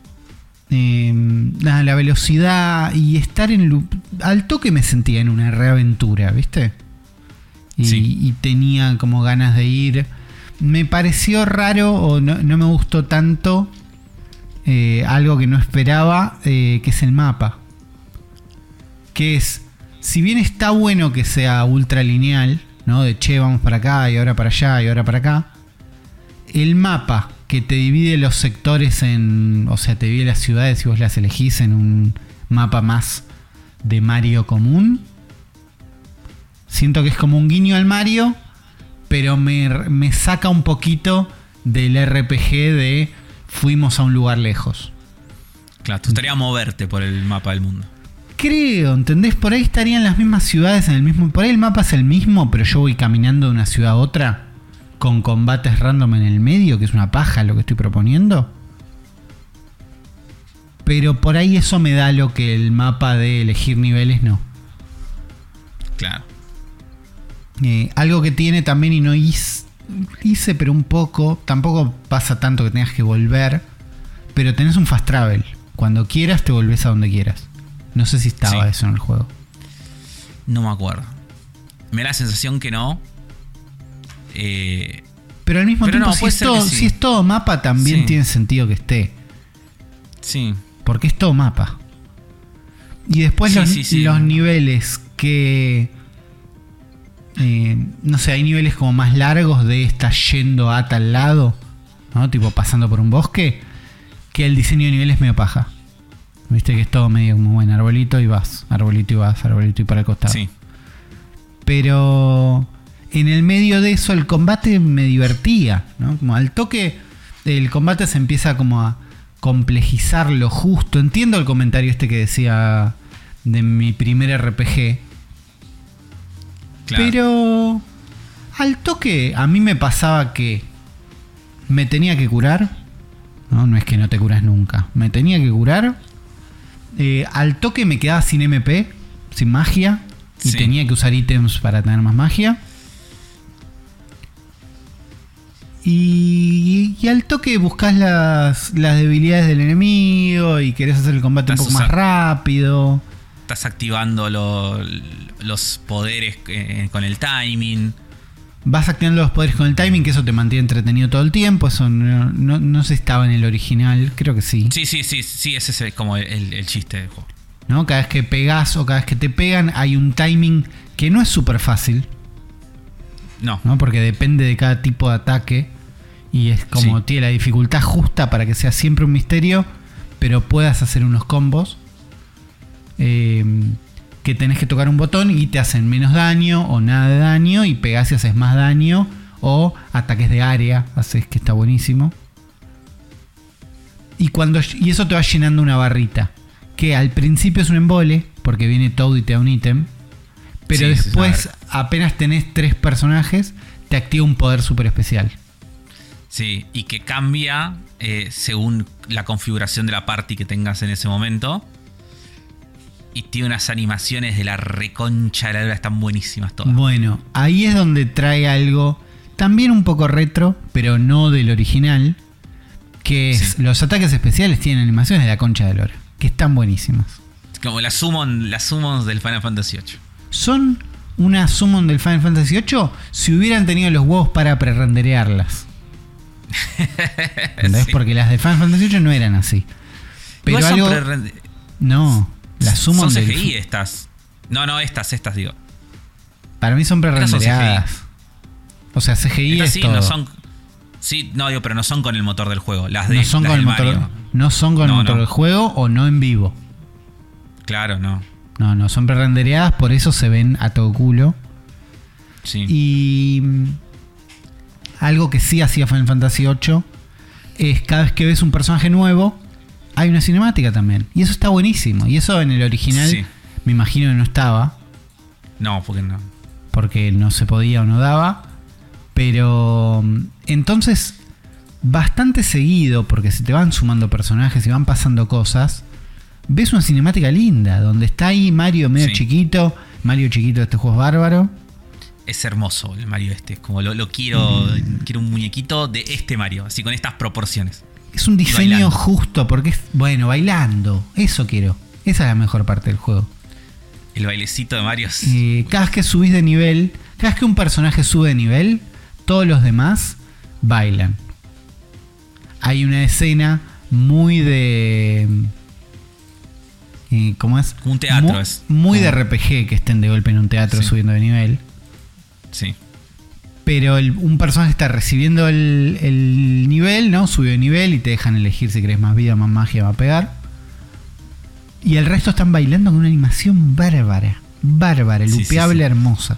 La velocidad y estar al toque me sentía en una reaventura, ¿viste? Y tenía como ganas de ir. Me pareció raro o no me gustó tanto algo que no esperaba, que es el mapa. Que es, si bien está bueno que sea ultra lineal, ¿no? De che, vamos para acá y ahora para allá y ahora para acá. El mapa que te divide los sectores o sea, te divide las ciudades si vos las elegís en un mapa más de Mario común. Siento que es como un guiño al Mario, pero me saca un poquito del RPG de fuimos a un lugar lejos. Claro, te gustaría moverte por el mapa del mundo. Creo, ¿entendés? Por ahí estarían las mismas ciudades en el mismo. Por ahí el mapa es el mismo, pero yo voy caminando de una ciudad a otra con combates random en el medio, que es una paja lo que estoy proponiendo. Pero por ahí eso me da lo que el mapa de elegir niveles no. Claro. Algo que tiene también y no hice, pero un poco. Tampoco pasa tanto que tengas que volver. Pero tenés un fast travel. Cuando quieras te volvés a donde quieras. No sé si estaba eso en el juego. No me acuerdo. Me da la sensación que no. Pero al mismo tiempo, no, si es todo mapa, también tiene sentido que esté. Sí. Porque es todo mapa. Y después los niveles que... no sé, hay niveles como más largos de estar yendo a tal lado, ¿no? Tipo pasando por un bosque, que el diseño de niveles es medio paja. Viste que es todo medio como, bueno, arbolito y vas, arbolito y vas, arbolito y para el costado. Sí. Pero en el medio de eso el combate me divertía, ¿no? Como al toque el combate se empieza como a complejizar lo justo. Entiendo el comentario este que decía de mi primer RPG. Claro. Pero al toque a mí me pasaba que me tenía que curar. No es que no te curas nunca. Me tenía que curar. Al toque me quedaba sin MP, sin magia. Y tenía que usar ítems para tener más magia. Y al toque buscas las debilidades del enemigo y querés hacer el combate un poco más rápido. Estás activando los poderes con el timing. vas activando los poderes con el timing, que eso te mantiene entretenido todo el tiempo. Eso no se estaba en el original, creo que sí. Sí, ese es como el chiste del juego. ¿No? Cada vez que pegás o cada vez que te pegan, hay un timing que no es súper fácil. No. Porque depende de cada tipo de ataque. Y es como tiene la dificultad justa para que sea siempre un misterio, pero puedas hacer unos combos. Que tenés que tocar un botón y te hacen menos daño o nada de daño, y pegás y haces más daño, o ataques de área, haces, que está buenísimo. Y eso te va llenando una barrita, que al principio es un embole, porque viene Toad y te da un ítem, pero después apenas tenés 3 personajes, te activa un poder súper especial. Sí, y que cambia según la configuración de la party que tengas en ese momento. Y tiene unas animaciones de la reconcha de la lora, están buenísimas todas. Bueno, ahí es donde trae algo también un poco retro, pero no del original, que es los ataques especiales tienen animaciones de la concha de la lora, que están buenísimas. Como las summons del Final Fantasy VIII. Son una summon del Final Fantasy VIII si hubieran tenido los huevos para pre-renderearlas. ¿Entendés? Sí. Porque las de Final Fantasy VIII no eran así. Pero algo... No. Las summon son CGI estas. No, estas digo. Para mí son pre-rendereadas. O sea, CGI estas es sí, todo. No son. Sí, no digo, pero no son con el motor del juego. Las de no son las con el Mario. motor. No son con el motor del juego o no en vivo. Claro, no. No, son pre-rendereadas, por eso se ven a todo culo. Sí. Y algo que sí hacía Final Fantasy VIII es cada vez que ves un personaje nuevo, hay una cinemática también. Y eso está buenísimo. Y eso en el original me imagino que no estaba. No, porque no. Porque no se podía o no daba. Pero entonces, bastante seguido, porque se te van sumando personajes y van pasando cosas, ves una cinemática linda, donde está ahí Mario medio chiquito. Mario chiquito de este juego es bárbaro. Es hermoso el Mario este. Es como lo quiero. Quiero un muñequito de este Mario, así con estas proporciones. Es un diseño justo, porque es, bueno, bailando. Eso quiero. Esa es la mejor parte del juego. El bailecito de Mario. Cada vez que subís de nivel, cada vez que un personaje sube de nivel, todos los demás bailan. Hay una escena muy de... ¿cómo es? Un teatro muy de RPG, que estén de golpe en un teatro subiendo de nivel. Sí. Pero un personaje está recibiendo el nivel, ¿no? Subió de nivel y te dejan elegir si querés más vida, más magia, va a pegar. Y el resto están bailando con una animación bárbara. Lupeable, hermosa.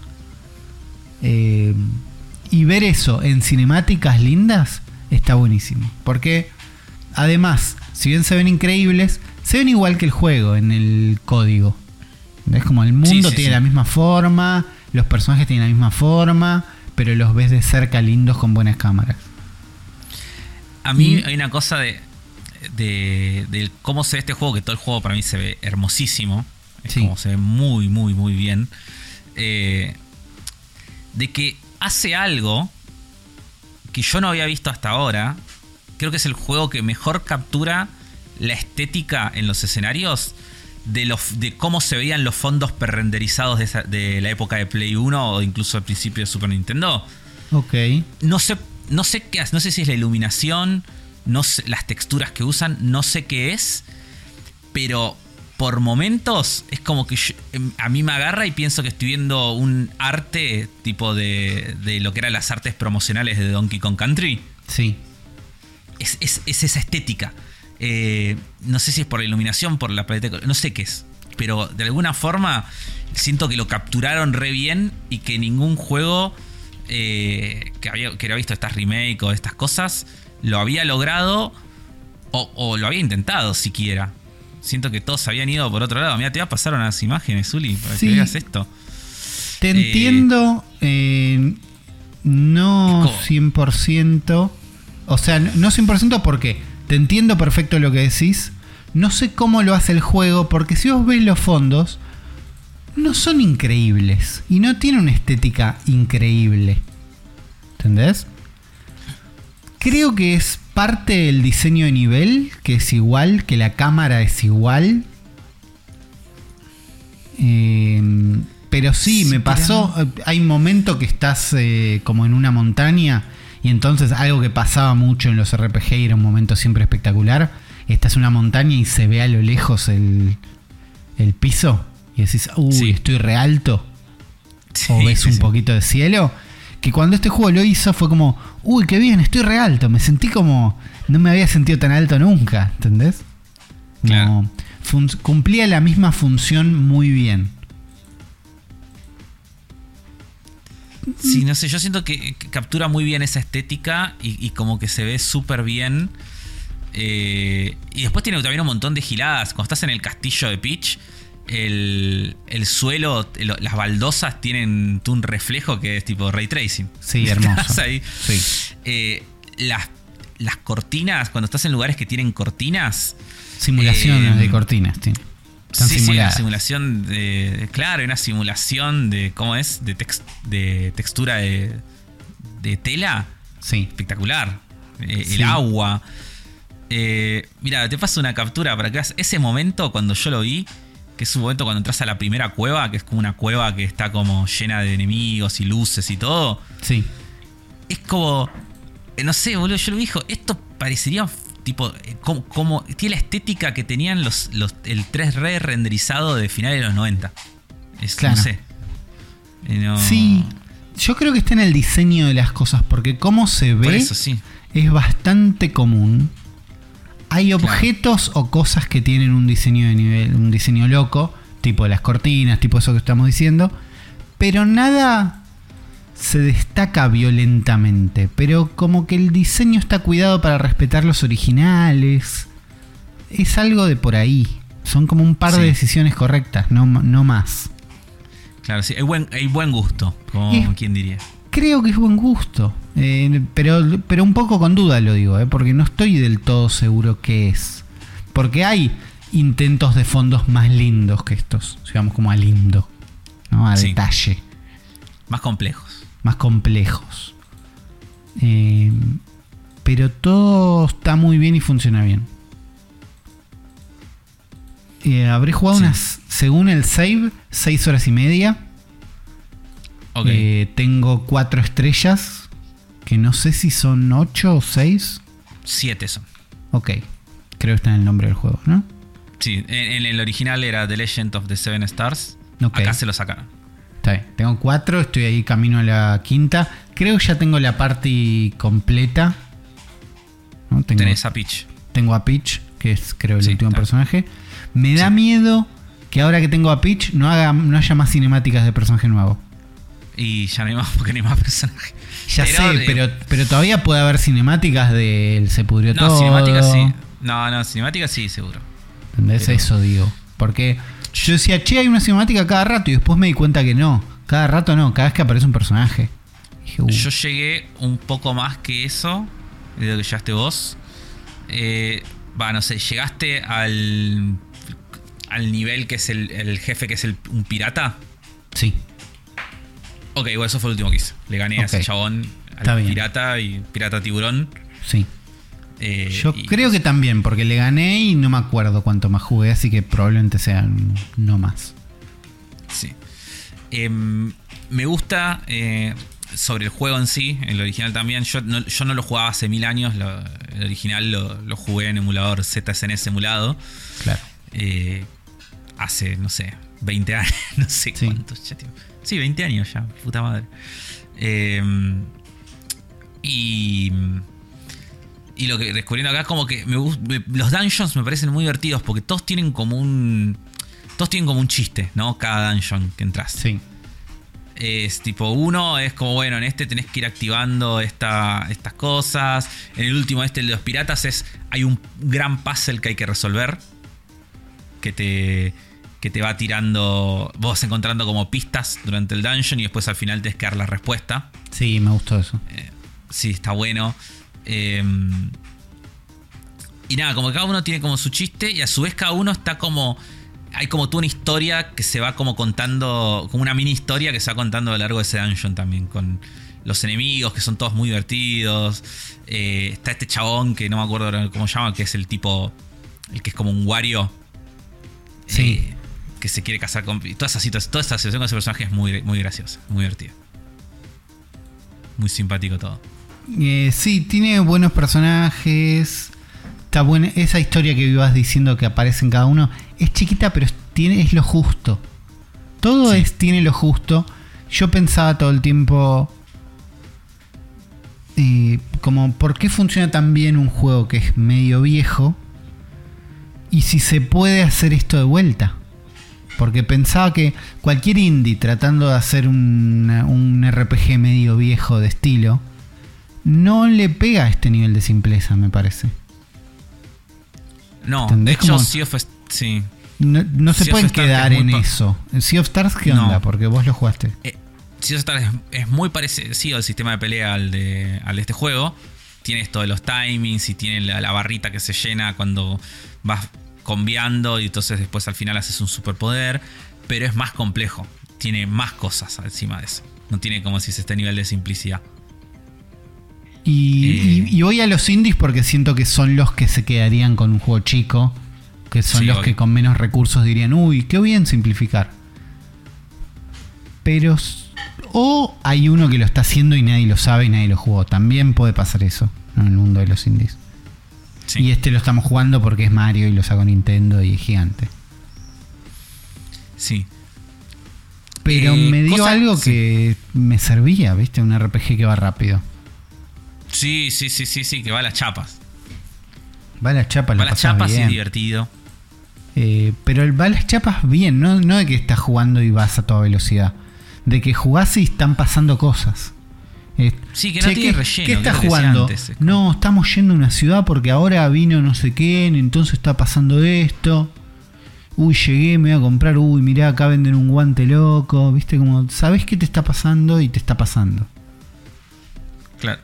Y ver eso en cinemáticas lindas está buenísimo. Porque además, si bien se ven increíbles, se ven igual que el juego en el código. Es como el mundo tiene la misma forma, los personajes tienen la misma forma, pero los ves de cerca lindos con buenas cámaras. A mí hay una cosa de cómo se ve este juego, que todo el juego para mí se ve hermosísimo. Es como se ve muy, muy, muy bien. De que hace algo que yo no había visto hasta ahora. Creo que es el juego que mejor captura la estética en los escenarios de cómo se veían los fondos prerenderizados de la época de Play 1 o incluso al principio de Super Nintendo. Ok. No sé qué hace, no sé si es la iluminación, no sé, las texturas que usan, no sé qué es, pero por momentos es como que a mí me agarra y pienso que estoy viendo un arte tipo de lo que eran las artes promocionales de Donkey Kong Country. Sí. Es esa estética. No sé si es por la iluminación, por la paleta, no sé qué es, pero de alguna forma siento que lo capturaron re bien y que ningún juego que había visto estas remake o estas cosas lo había logrado o lo había intentado siquiera. Siento que todos habían ido por otro lado. Mira, te voy a pasar unas imágenes, Zuli, para que veas esto. Te entiendo, no 100%. O sea, no 100% porque te entiendo perfecto lo que decís. No sé cómo lo hace el juego, porque si vos ves los fondos, no son increíbles. Y no tiene una estética increíble. ¿Entendés? Creo que es parte del diseño de nivel, que es igual, que la cámara es igual. Pero sí, me pasó. Hay momentos que estás como en una montaña. Y entonces algo que pasaba mucho en los RPG y era un momento siempre espectacular. Estás en una montaña y se ve a lo lejos el piso. Y decís, uy, estoy re alto. O ves un poquito de cielo. Que cuando este juego lo hizo fue como, uy, qué bien, estoy re alto. Me sentí como, no me había sentido tan alto nunca, ¿entendés? Claro. Cumplía la misma función muy bien. Sí, no sé, yo siento que captura muy bien esa estética y como que se ve súper bien. Y después tiene también un montón de giladas. Cuando estás en el castillo de Peach, el suelo, las baldosas tienen un reflejo que es tipo ray tracing. Sí, hermoso. Ahí. Sí. Las cortinas, cuando estás en lugares que tienen cortinas. Simulaciones de cortinas, tío. Sí, una simulación de. Claro, una simulación de. ¿Cómo es? De textura de tela. Sí. Espectacular. El agua. Mira, te paso una captura para que veas ese momento cuando yo lo vi. Que es un momento cuando entras a la primera cueva. Que es como una cueva que está como llena de enemigos y luces y todo. Sí. Es como. No sé, boludo. Yo lo dije. Esto parecería. Tipo, como tiene la estética que tenían el 3D renderizado de finales de los 90. Claro. No sé. No. Sí, yo creo que está en el diseño de las cosas, porque como se ve, por eso, sí, es bastante común. Hay objetos o cosas que tienen un diseño de nivel, un diseño loco, tipo las cortinas, tipo eso que estamos diciendo, pero nada se destaca violentamente, pero como que el diseño está cuidado para respetar los originales. Es algo de por ahí. Son como un par de decisiones correctas, no más. Claro, sí, hay buen gusto, como quien diría. Creo que es buen gusto, pero un poco con duda lo digo, porque no estoy del todo seguro qué es. Porque hay intentos de fondos más lindos que estos, digamos como a lindo, ¿no? A detalle. Más complejos. Más complejos. Pero todo está muy bien y funciona bien. Habré jugado según el save, 6 horas y media. Okay. Tengo 4 estrellas, que no sé si son 8 o 6. 7 son. Ok, creo que está en el nombre del juego, ¿no? Sí, en el original era The Legend of the Seven Stars. Okay. Acá se lo sacaron. Está bien, tengo 4, estoy ahí camino a la 5ª. Creo que ya tengo la party completa, ¿no? Tenés a Peach. Tengo a Peach, que es creo el último personaje. Me da miedo que ahora que tengo a Peach no haya más cinemáticas de personaje nuevo. Y ya no hay más, porque no hay más personajes. Ya sé, pero todavía puede haber cinemáticas de Se pudrió todo. No, cinemáticas sí. No, cinemáticas sí, seguro. ¿Entendés? Pero eso digo. Porque yo decía, che, hay una cinemática cada rato. Y después me di cuenta que no. Cada rato no, cada vez que aparece un personaje. Dije, yo llegué un poco más que eso. De lo que llegaste vos. No sé, llegaste al nivel que es el jefe, que es un pirata. Sí. Ok, bueno, eso fue el último que hice. Le gané a ese chabón, al pirata y pirata tiburón. Sí. Yo creo que también, porque le gané y no me acuerdo cuánto más jugué, así que probablemente sean no más. Sí. Me gusta sobre el juego en sí, el original también. Yo no lo jugaba hace 1000 años. El original lo jugué en emulador ZSNES emulado. Claro. Hace, no sé, 20 años. No sé cuántos ya, tío. Sí, 20 años ya, puta madre. Y lo que descubriendo acá, como que los dungeons me parecen muy divertidos porque todos tienen como un chiste, ¿no? Cada dungeon que entras. Sí. Es tipo, uno es como, bueno, en este tenés que ir activando estas cosas. En el último, el de los piratas, hay un gran puzzle que hay que resolver. Que te va tirando, vos encontrando como pistas durante el dungeon y después al final tenés que dar la respuesta. Sí, me gustó eso. Sí, está bueno. Y nada, como que cada uno tiene como su chiste y a su vez cada uno está como... Hay como toda una historia que se va como contando, como una mini historia que se va contando a lo largo de ese dungeon también, con los enemigos que son todos muy divertidos. Está este chabón que no me acuerdo cómo se llama, que es el tipo, el que es como un Wario. Sí. que se quiere casar con... Toda esa situación con ese personaje es muy, muy graciosa, muy divertida. Muy simpático todo. Sí, tiene buenos personajes. Está buena esa historia que ibas diciendo que aparece en cada uno. Es chiquita, pero es lo justo. Todo tiene lo justo. Yo pensaba todo el tiempo como ¿por qué funciona tan bien un juego que es medio viejo? Y si se puede hacer esto de vuelta. Porque pensaba que cualquier indie tratando de hacer un RPG medio viejo de estilo no le pega a este nivel de simpleza, me parece. No, ¿entendés? de hecho, Como Sea of... Sí. no se pueden quedar en eso. Sea of Stars, ¿qué onda? Porque vos lo jugaste. Sea of Stars es muy parecido al sistema de pelea al de este juego. Tiene esto de los timings y tiene la barrita que se llena cuando vas combiando y entonces después al final haces un superpoder, pero es más complejo, tiene más cosas encima de eso, no tiene como si este nivel de simplicidad. Y voy a los indies porque siento que son los que se quedarían con un juego chico, que son los que con menos recursos dirían, uy, qué bien simplificar. Pero o hay uno que lo está haciendo y nadie lo sabe y nadie lo jugó, también puede pasar eso en el mundo de los indies. Sí. Y lo estamos jugando porque es Mario y lo sacó Nintendo y es gigante. Sí. Pero me dio algo que me servía, ¿viste? Un RPG que va rápido. Sí, que va a las chapas. Va a las chapas, va a las chapas y es divertido. Pero va a las chapas bien, no de que estás jugando y vas a toda velocidad. De que jugás y están pasando cosas. Sí, que no tiene relleno. ¿Qué estás jugando? No, estamos yendo a una ciudad porque ahora vino no sé quién, entonces está pasando esto. Uy, llegué, me voy a comprar. Uy, mirá, acá venden un guante loco. Viste, como sabés qué te está pasando y te está pasando. Claro.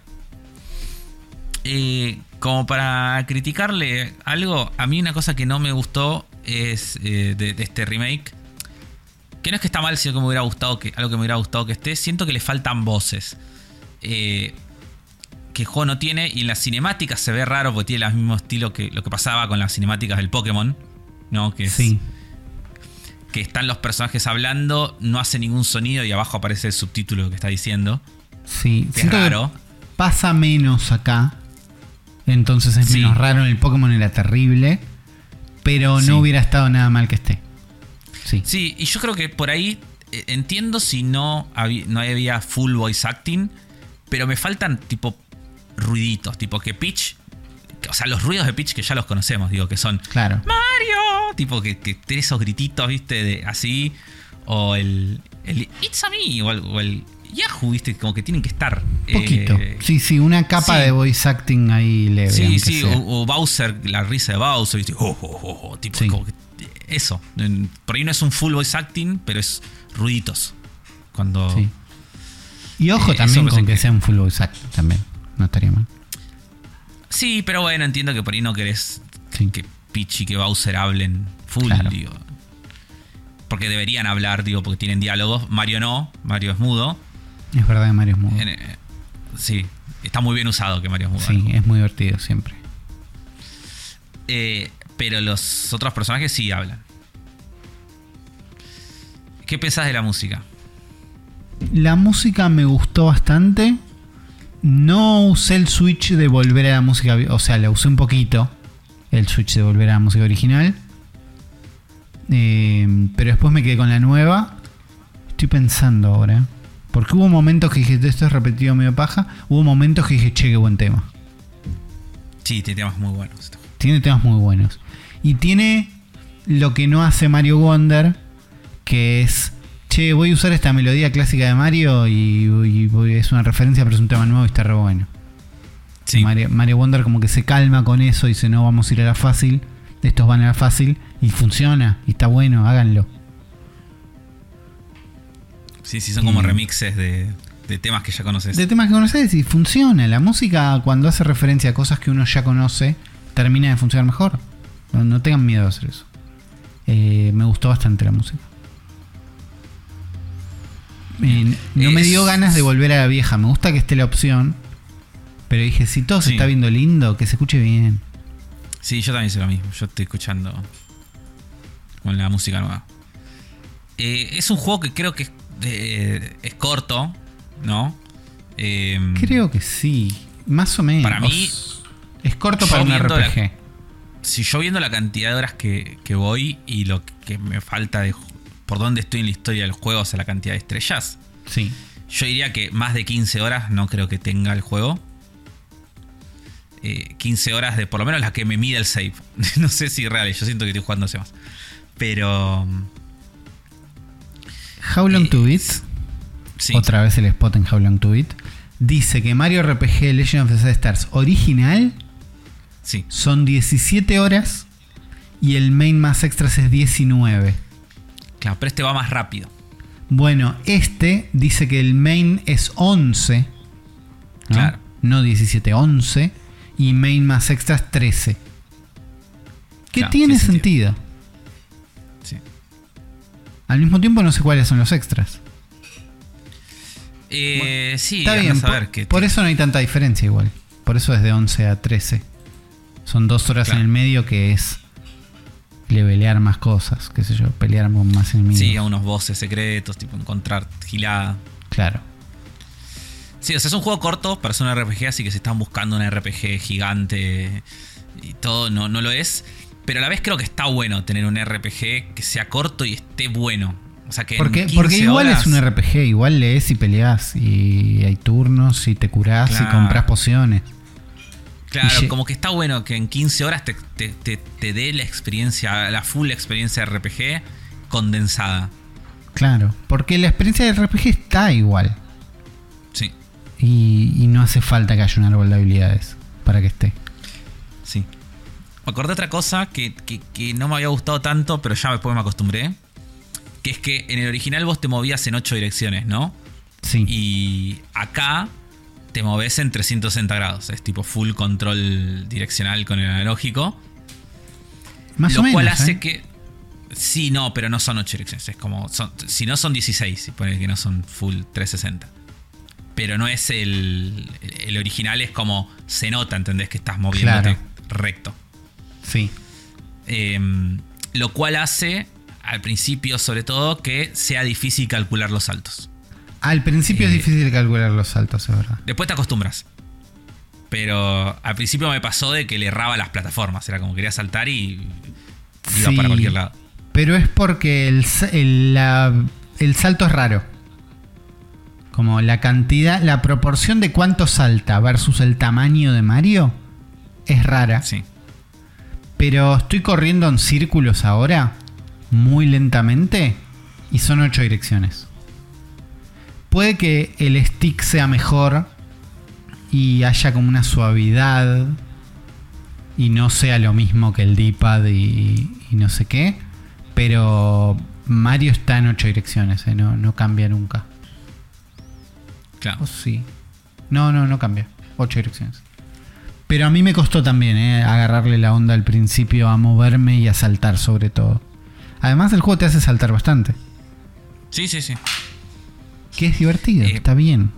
Como para criticarle algo, a mí una cosa que no me gustó es de este remake. Que no es que está mal, sino que me hubiera gustado algo que me hubiera gustado que esté. Siento que le faltan voces. Que el juego no tiene, y en las cinemáticas se ve raro porque tiene el mismo estilo que lo que pasaba con las cinemáticas del Pokémon, ¿no? Que que están los personajes hablando, no hace ningún sonido y abajo aparece el subtítulo que está diciendo. Sí, que es raro. Pasa menos acá, entonces es menos raro. En el Pokémon era terrible, pero no hubiera estado nada mal que esté. Sí, y yo creo que por ahí entiendo si no había full voice acting. Pero me faltan tipo ruiditos, tipo que Peach, o sea, los ruidos de Peach que ya los conocemos, digo, que son Mario, tipo que tiene esos grititos, viste, así, o el It's a me, o el Yahoo, viste, como que tienen que estar. Poquito. Sí, una capa de voice acting ahí leve. Sí, o Bowser, la risa de Bowser, viste, tipo, como que eso. Por ahí no es un full voice acting, pero es ruiditos. Cuando... Sí. Y ojo también con que sea un full voice acting también. No estaría mal. Sí, pero bueno, entiendo que por ahí no querés que Peach y que Bowser hablen full, digo. Porque deberían hablar, digo, porque tienen diálogos. Mario no, Mario es mudo. Es verdad que Mario es mudo. Sí, está muy bien usado que Mario es mudo. Sí, es muy divertido siempre. Pero los otros personajes sí hablan. ¿Qué pensás de la música? La música me gustó bastante. No usé el switch de volver a la música, o sea, la usé un poquito, el switch de volver a la música original. Pero después me quedé con la nueva. Estoy pensando ahora, porque hubo momentos que dije, esto es repetido medio paja. Hubo momentos que dije, che, qué buen tema. Sí, tiene temas muy buenos. Tiene temas muy buenos. Y tiene lo que no hace Mario Wonder, que es... Che, voy a usar esta melodía clásica de Mario y es una referencia, pero es un tema nuevo y está re bueno. Sí. Mario Wonder como que se calma con eso y dice, no, vamos a ir a la fácil. Estos van a la fácil y funciona y está bueno, háganlo. Sí, son como remixes de temas que ya conoces. De temas que conoces y funciona. La música, cuando hace referencia a cosas que uno ya conoce, termina de funcionar mejor. No tengan miedo de hacer eso. Me gustó bastante la música. No me dio ganas de volver a la vieja. Me gusta que esté la opción, pero dije, si todo se está viendo lindo, que se escuche bien. Sí, yo también hice lo mismo. Yo estoy escuchando con la música nueva. Es un juego que creo que es corto, ¿no? Creo que sí, más o menos. Para mí es corto para un RPG. Si yo viendo la cantidad de horas que voy y lo que me falta de por dónde estoy en la historia del juego, o sea, la cantidad de estrellas, sí, yo diría que más de 15 horas no creo que tenga el juego. 15 horas de por lo menos las que me mide el save. No sé si real, yo siento que estoy jugando hace más. Pero How Long to Beat, sí. Otra vez el spot en How Long to Beat, dice que Mario RPG Legend of the Seven Stars original sí. son 17 horas y el main más extras es 19. Claro, pero este va más rápido. Bueno, este dice que el main es 11, ¿no? Claro. No 17, 11. Y main más extras 13. Que claro, tiene sentido. Sí. Al mismo tiempo no sé cuáles son los extras. Sí, está bien. Por eso no hay tanta diferencia igual. Por eso es de 11 a 13. Son 2 horas claro. en el medio, que es levelear más cosas, qué sé yo, pelear con más enemigos. Sí, a unos bosses secretos, tipo encontrar gilada. Claro. Sí, o sea, es un juego corto para ser un RPG, así que si están buscando un RPG gigante y todo, no lo es. Pero a la vez creo que está bueno tener un RPG que sea corto y esté bueno. O sea, que porque igual horas... es un RPG, igual lees y peleas y hay turnos y te curás claro. y compras pociones. Claro, como que está bueno que en 15 horas te dé la experiencia, la full experiencia de RPG condensada. Claro, porque la experiencia de RPG está igual. Sí. Y no hace falta que haya un árbol de habilidades para que esté. Sí. Me acordé de otra cosa que no me había gustado tanto, pero ya después me acostumbré. Que es que en el original vos te movías en 8 direcciones, ¿no? Sí. Y acá te moves en 360 grados. Es tipo full control direccional con el analógico. Más o menos. Lo cual hace que... Sí, no, pero no son 8 direcciones. Es como... si no son 16, si pones que no son full 360. Pero no es el original, es como se nota, ¿entendés? Que estás moviéndote recto. Sí. Lo cual hace, al principio sobre todo, que sea difícil calcular los saltos. Al principio es difícil calcular los saltos, es verdad. Después te acostumbras. Pero al principio me pasó de que le erraba las plataformas. Era como quería saltar y iba para cualquier lado. Pero es porque el salto es raro. Como la cantidad, la proporción de cuánto salta versus el tamaño de Mario es rara. Sí. Pero estoy corriendo en círculos ahora, muy lentamente, y son 8 direcciones. Puede que el stick sea mejor y haya como una suavidad y no sea lo mismo que el D-pad y no sé qué, pero Mario está en 8 direcciones, no cambia nunca. Claro. Oh, sí. No cambia. 8 direcciones. Pero a mí me costó también agarrarle la onda al principio, a moverme y a saltar sobre todo. Además el juego te hace saltar bastante. Sí. Que es divertido, está bien.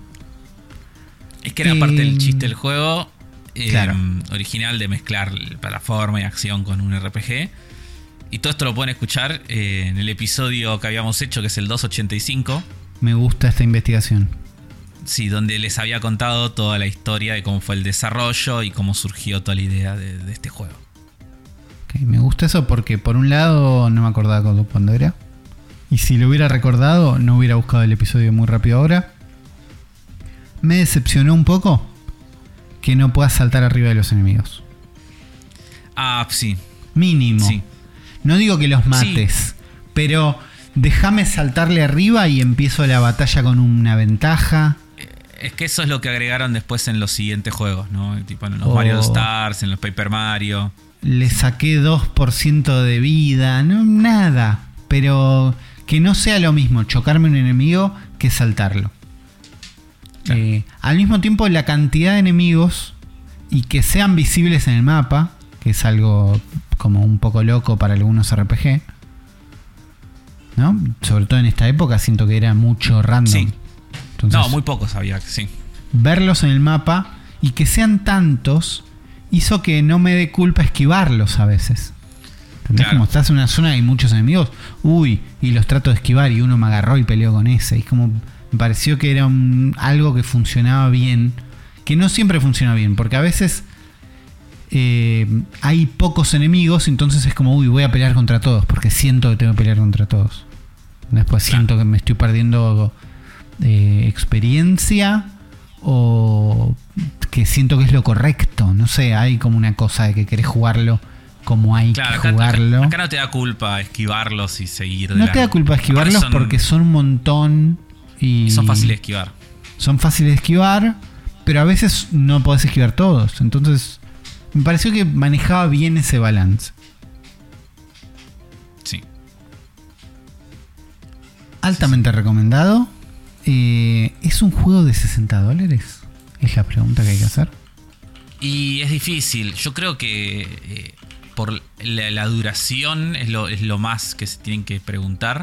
Es que era parte del chiste del juego claro. original de mezclar plataforma y acción con un RPG. Y todo esto lo pueden escuchar en el episodio que habíamos hecho, que es el 285. Me gusta esta investigación. Sí, donde les había contado toda la historia de cómo fue el desarrollo y cómo surgió toda la idea de este juego. Okay, me gusta eso porque por un lado no me acordaba cuándo era. Y si lo hubiera recordado, no hubiera buscado el episodio muy rápido ahora. Me decepcionó un poco que no puedas saltar arriba de los enemigos. Ah, sí. Mínimo. Sí. No digo que los mates, sí, pero déjame saltarle arriba y empiezo la batalla con una ventaja. Es que eso es lo que agregaron después en los siguientes juegos, ¿no? Tipo en los Mario Stars, en los Paper Mario. Le saqué 2% de vida, no nada. Pero que no sea lo mismo chocarme un enemigo que saltarlo. Claro. Al mismo tiempo, la cantidad de enemigos y que sean visibles en el mapa, que es algo como un poco loco para algunos RPG, ¿no? Sobre todo en esta época siento que era mucho random. Sí. Entonces, no, muy pocos había, sí. Verlos en el mapa y que sean tantos hizo que no me dé culpa esquivarlos a veces. ¿Entendés? Claro. Como estás en una zona y hay muchos enemigos, uy, y los trato de esquivar y uno me agarró y peleó con ese. Y como me pareció que era algo que funcionaba bien, que no siempre funciona bien, porque a veces hay pocos enemigos, entonces es como, uy, voy a pelear contra todos, porque siento que tengo que pelear contra todos. Después siento que me estoy perdiendo experiencia o que siento que es lo correcto. No sé, hay como una cosa de que querés jugarlo como hay que jugarlo. Acá no te da culpa esquivarlos y seguir. No te da culpa esquivarlos porque son un montón y son fáciles de esquivar. Son fáciles de esquivar, pero a veces no podés esquivar todos. Entonces, me pareció que manejaba bien ese balance. Sí. Altamente recomendado. ¿Es un juego de $60? Es la pregunta que hay que hacer. Y es difícil. Yo creo que por la duración es lo más que se tienen que preguntar.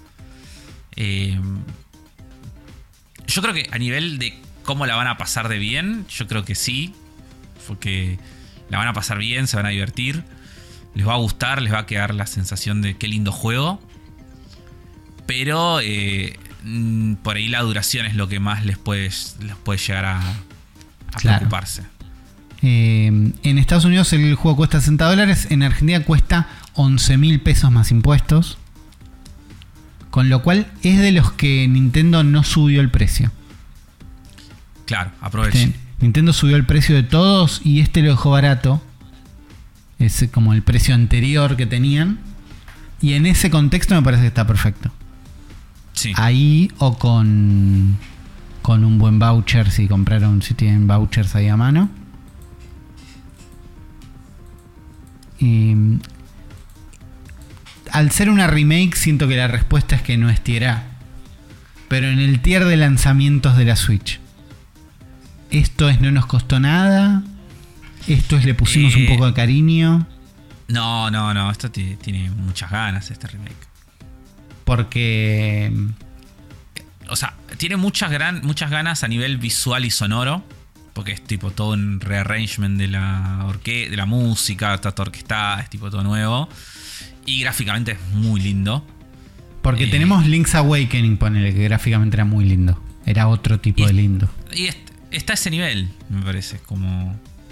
Yo creo que a nivel de cómo la van a pasar de bien, yo creo que sí. Porque la van a pasar bien, se van a divertir. Les va a gustar, les va a quedar la sensación de qué lindo juego. Pero por ahí la duración es lo que más les puede llegar a preocuparse. En Estados Unidos el juego cuesta $60, en Argentina cuesta 11.000 pesos más impuestos, con lo cual es de los que Nintendo no subió el precio. Claro, aprovechen. Nintendo subió el precio de todos y lo dejó barato, es como el precio anterior que tenían, y en ese contexto me parece que está perfecto. Sí. Ahí o con un buen voucher, si tienen vouchers ahí a mano. Al ser una remake, siento que la respuesta es que no es tier A. Pero en el tier de lanzamientos de la Switch, esto es no nos costó nada. Esto es le pusimos un poco de cariño. No. Esto tiene muchas ganas, este remake. Porque... O sea, tiene muchas ganas a nivel visual y sonoro. Porque es tipo todo un rearrangement de la música. Está todo orquestada, es tipo todo nuevo. Y gráficamente es muy lindo. Porque tenemos Link's Awakening, ponele, que gráficamente era muy lindo. Era otro tipo de lindo. Y está a ese nivel, me parece. Como...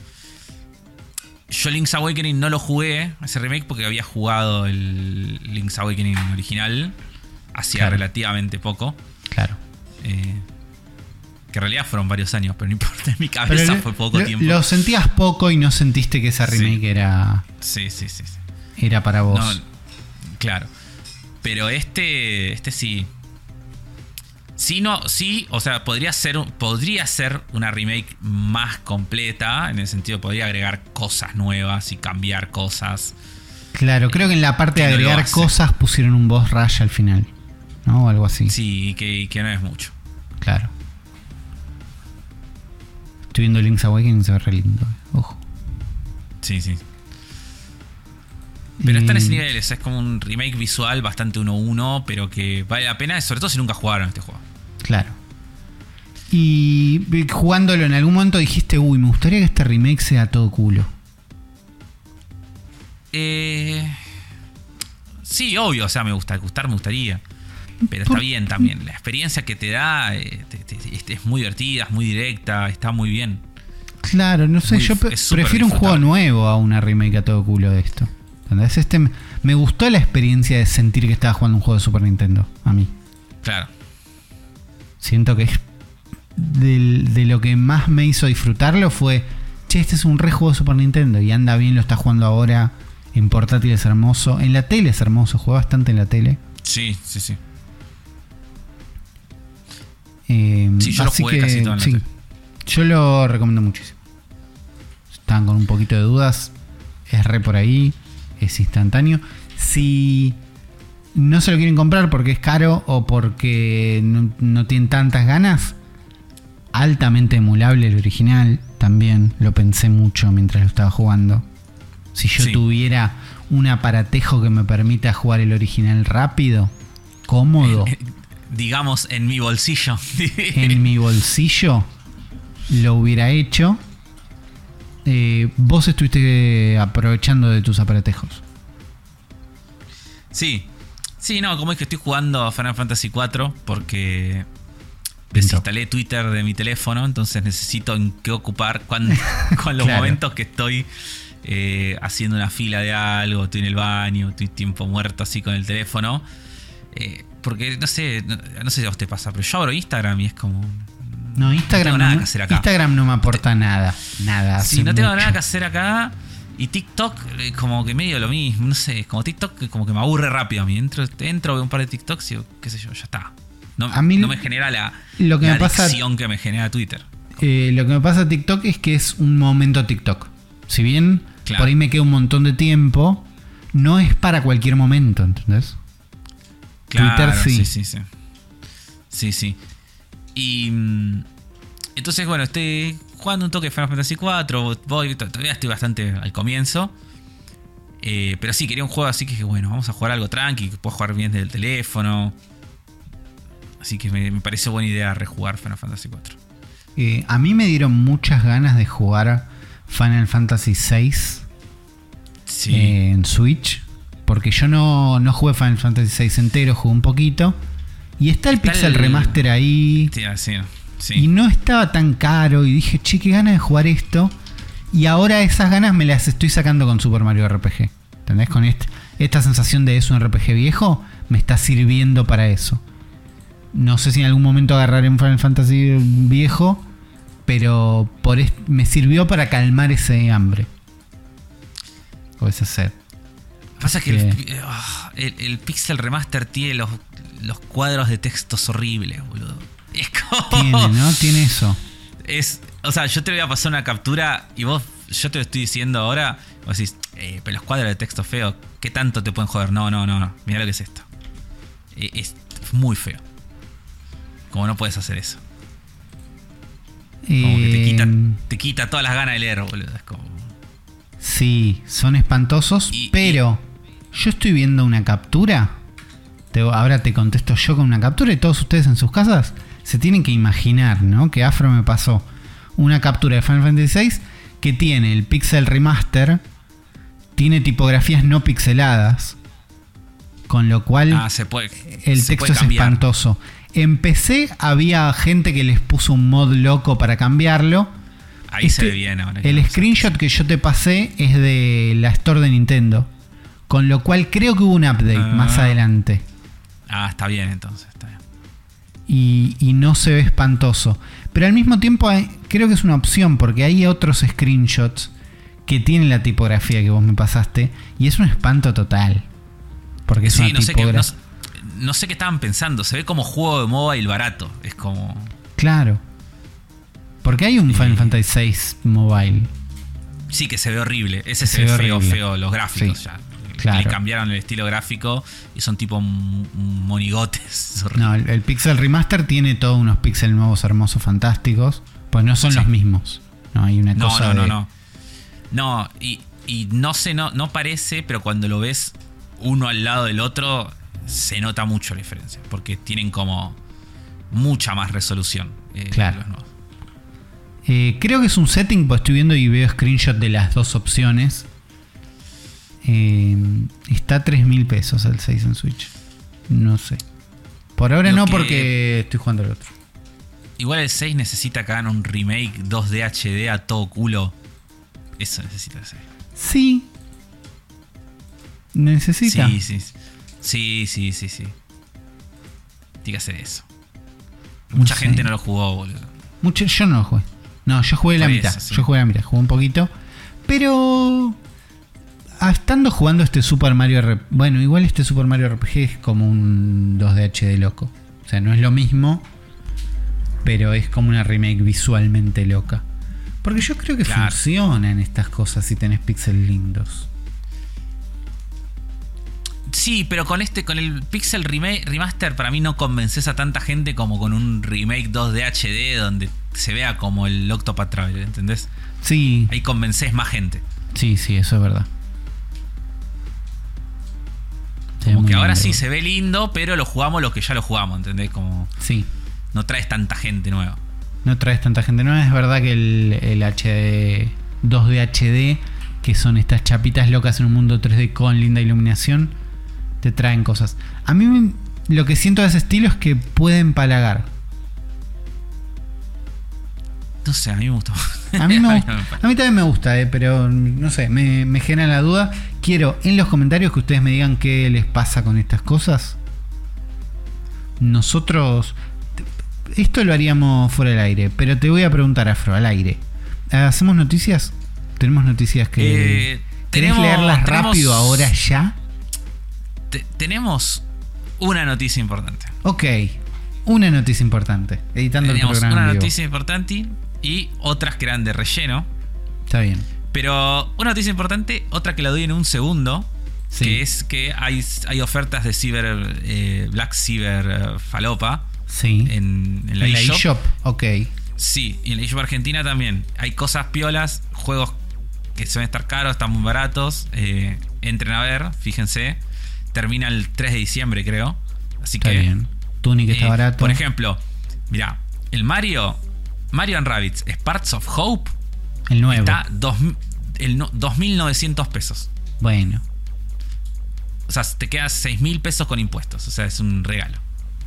Yo Link's Awakening no lo jugué, ese remake, porque había jugado el Link's Awakening original hacía relativamente poco. Claro. Que en realidad fueron varios años, pero no importa, en mi cabeza fue poco tiempo. Lo sentías poco y no sentiste que esa remake era... Sí. Era para vos. No, claro. Pero este sí. Sí, o sea, podría ser una remake más completa. En el sentido, podría agregar cosas nuevas y cambiar cosas. Claro, creo que en la parte de agregar cosas pusieron un boss rush al final, ¿no? O algo así. Sí, que no es mucho. Claro. Estoy viendo Link's Awakening y se ve re lindo. Ojo. Sí. Pero está en ese nivel, es como un remake visual bastante 1-1, pero que vale la pena, sobre todo si nunca jugaron este juego. Claro. Y jugándolo en algún momento dijiste, uy, me gustaría que este remake sea todo culo. Sí, obvio, o sea, me gustaría. Pero está bien también. La experiencia que te da es muy divertida, es muy directa, está muy bien. Claro, no sé, yo prefiero un juego nuevo a una remake a todo culo de esto. ¿Entendés? Me gustó la experiencia de sentir que estaba jugando un juego de Super Nintendo, a mí. Claro. Siento que es de lo que más me hizo disfrutarlo fue, che, este es un re juego de Super Nintendo y anda bien, lo está jugando ahora. En portátil es hermoso, en la tele es hermoso, juega bastante en la tele. Sí. Yo lo jugué casi todo en la tele. Yo lo recomiendo muchísimo. Están con un poquito de dudas, es re por ahí, es instantáneo. Si no se lo quieren comprar porque es caro o porque no tienen tantas ganas, altamente emulable el original. También lo pensé mucho mientras lo estaba jugando. Si yo tuviera un aparatejo que me permita jugar el original rápido, cómodo, digamos en mi bolsillo. En mi bolsillo lo hubiera hecho. Vos estuviste aprovechando de tus aparatejos. Sí. Sí, no, como es que estoy jugando a Final Fantasy IV porque desinstalé Twitter de mi teléfono, entonces necesito en qué ocupar con los claro. momentos que estoy haciendo una fila de algo, estoy en el baño, estoy tiempo muerto así con el teléfono. Porque no sé si a vos te pasa, pero yo abro Instagram y es como... No, Instagram no tengo nada que hacer acá. Instagram no me aporta nada. Sí, no tengo nada que hacer acá. Y TikTok, como que medio lo mismo, no sé, como TikTok como que me aburre rápido a mí. Entro, veo un par de TikToks y qué sé yo, ya está. No me genera la adicción que me genera Twitter. Lo que me pasa a TikTok es que es un momento TikTok. Si bien claro. por ahí me queda un montón de tiempo, no es para cualquier momento, ¿entendés? Claro, Twitter sí. Y entonces, bueno, estoy jugando un toque de Final Fantasy IV. Todavía estoy bastante al comienzo. Pero sí, quería un juego así que bueno, vamos a jugar algo tranqui, que puedo jugar bien desde el teléfono. Así que me pareció buena idea rejugar Final Fantasy IV. A mí me dieron muchas ganas de jugar Final Fantasy VI en Switch. Porque yo no jugué Final Fantasy VI entero, jugué un poquito. Y está el Pixel Remaster ahí. Sí. Y no estaba tan caro. Y dije, che, qué ganas de jugar esto. Y ahora esas ganas me las estoy sacando con Super Mario RPG. ¿Entendés? Con esta sensación de es un RPG viejo, me está sirviendo para eso. No sé si en algún momento agarraré un Final Fantasy viejo, pero me sirvió para calmar ese hambre. O esa sed. Pasa que el Pixel Remaster tiene los cuadros de textos horribles, boludo. Es como... Tiene eso. O sea, yo te voy a pasar una captura y yo te lo estoy diciendo ahora. Vos decís, pero los cuadros de texto feos, ¿qué tanto te pueden joder? No. Mirá lo que es esto. Es muy feo. Como no puedes hacer eso. Como que te quita todas las ganas de leer, boludo. Es como... Sí, son espantosos, pero yo estoy viendo una captura. Ahora te contesto yo con una captura y todos ustedes en sus casas se tienen que imaginar, ¿no? Que Afro me pasó una captura de Final Fantasy VI que tiene el Pixel Remaster, tiene tipografías no pixeladas, con lo cual el texto es espantoso. En PC había gente que les puso un mod loco para cambiarlo. Ahí se ve bien ahora. El screenshot que yo te pasé es de la Store de Nintendo, con lo cual creo que hubo un update más adelante. Está bien entonces, está bien. Y no se ve espantoso. Pero al mismo tiempo creo que es una opción, porque hay otros screenshots que tienen la tipografía que vos me pasaste y es un espanto total. Porque es una tipografía. No sé qué estaban pensando. Se ve como juego de mobile barato. Es como... Claro. Porque hay un Final Fantasy VI Mobile. Sí, que se ve horrible. Ese se ve feo. Los gráficos ya. Claro. Le cambiaron el estilo gráfico y son tipo monigotes. No, el Pixel Remaster tiene todos unos píxeles nuevos, hermosos, fantásticos. Pues no son los mismos. No, hay una cosa No. No, y no sé, no parece, pero cuando lo ves uno al lado del otro, se nota mucho la diferencia. Porque tienen como mucha más resolución. Claro. Los nuevos. Creo que es un setting, pues estoy viendo y veo screenshot de las dos opciones. Está a 3.000 pesos el 6 en Switch. No sé. Por ahora no, porque estoy jugando el otro. Igual el 6 necesita que hagan un remake 2D HD a todo culo. Eso necesita el 6. Sí. Necesita. Sí. Tiene que hacer eso. Mucha gente no lo jugó, boludo. Yo no lo jugué. No, yo jugué la mitad. Sí. Jugué un poquito. Pero... estando jugando este Super Mario RPG... Bueno, igual este Super Mario RPG es como un 2D HD loco. O sea, no es lo mismo, pero es como una remake visualmente loca. Porque yo creo que funcionan estas cosas si tenés píxeles lindos. Sí, pero con el Pixel Remaster para mí no convences a tanta gente como con un remake 2D HD donde se vea como el Octopath Traveler, ¿entendés? Sí. Ahí convences más gente. Sí, eso es verdad. Como que ahora sí se ve lindo, pero lo jugamos los que ya lo jugamos, ¿entendés? Como sí. No traes tanta gente nueva. Es verdad que el HD 2D HD, que son estas chapitas locas en un mundo 3D con linda iluminación, te traen cosas. A mí lo que siento de ese estilo es que puede empalagar. No sé, a mí me gusta. A mí también me gusta, pero no sé, me genera la duda. Quiero en los comentarios que ustedes me digan qué les pasa con estas cosas. Nosotros... Esto lo haríamos fuera del aire, pero te voy a preguntar, Afro, al aire. ¿Hacemos noticias? ¿Tenemos noticias que... ¿Querés leerlas rápido ahora ya? Tenemos una noticia importante. Ok, una noticia importante. Editando el programa. Una noticia importante y otras que eran de relleno. Está bien. Pero una noticia importante, otra que la doy en un segundo. Sí. Que es que hay ofertas de Black Cyber Falopa. Sí. En la eShop. eShop, ok. Sí, y en la eShop Argentina también. Hay cosas piolas, juegos que suelen estar caros, están muy baratos. Entren a ver, fíjense. Termina el 3 de diciembre, creo. Así está que. Bien. Tunic está barato. Por ejemplo, mirá, el Mario and Rabbids Sparks of Hope. El nuevo. Está 2.900 pesos. Bueno. O sea, te quedas 6.000 pesos con impuestos. O sea, es un regalo.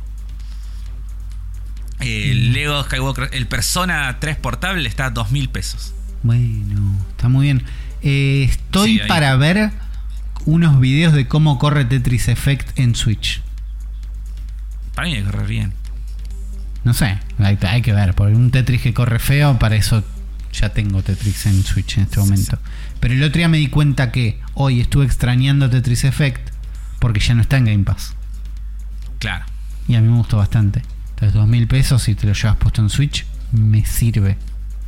El Lego Skywalker, el Persona 3 portable está a 2.000 pesos. Bueno, está muy bien. Estoy para ver unos videos de cómo corre Tetris Effect en Switch. Para mí me corre bien. No sé, hay que ver. Por un Tetris que corre feo, para eso ya tengo Tetris en Switch en este momento. Pero el otro día me di cuenta que hoy estuve extrañando Tetris Effect porque ya no está en Game Pass. Claro. Y a mí me gustó bastante. Entonces 2.000 pesos si te lo llevas puesto en Switch, me sirve.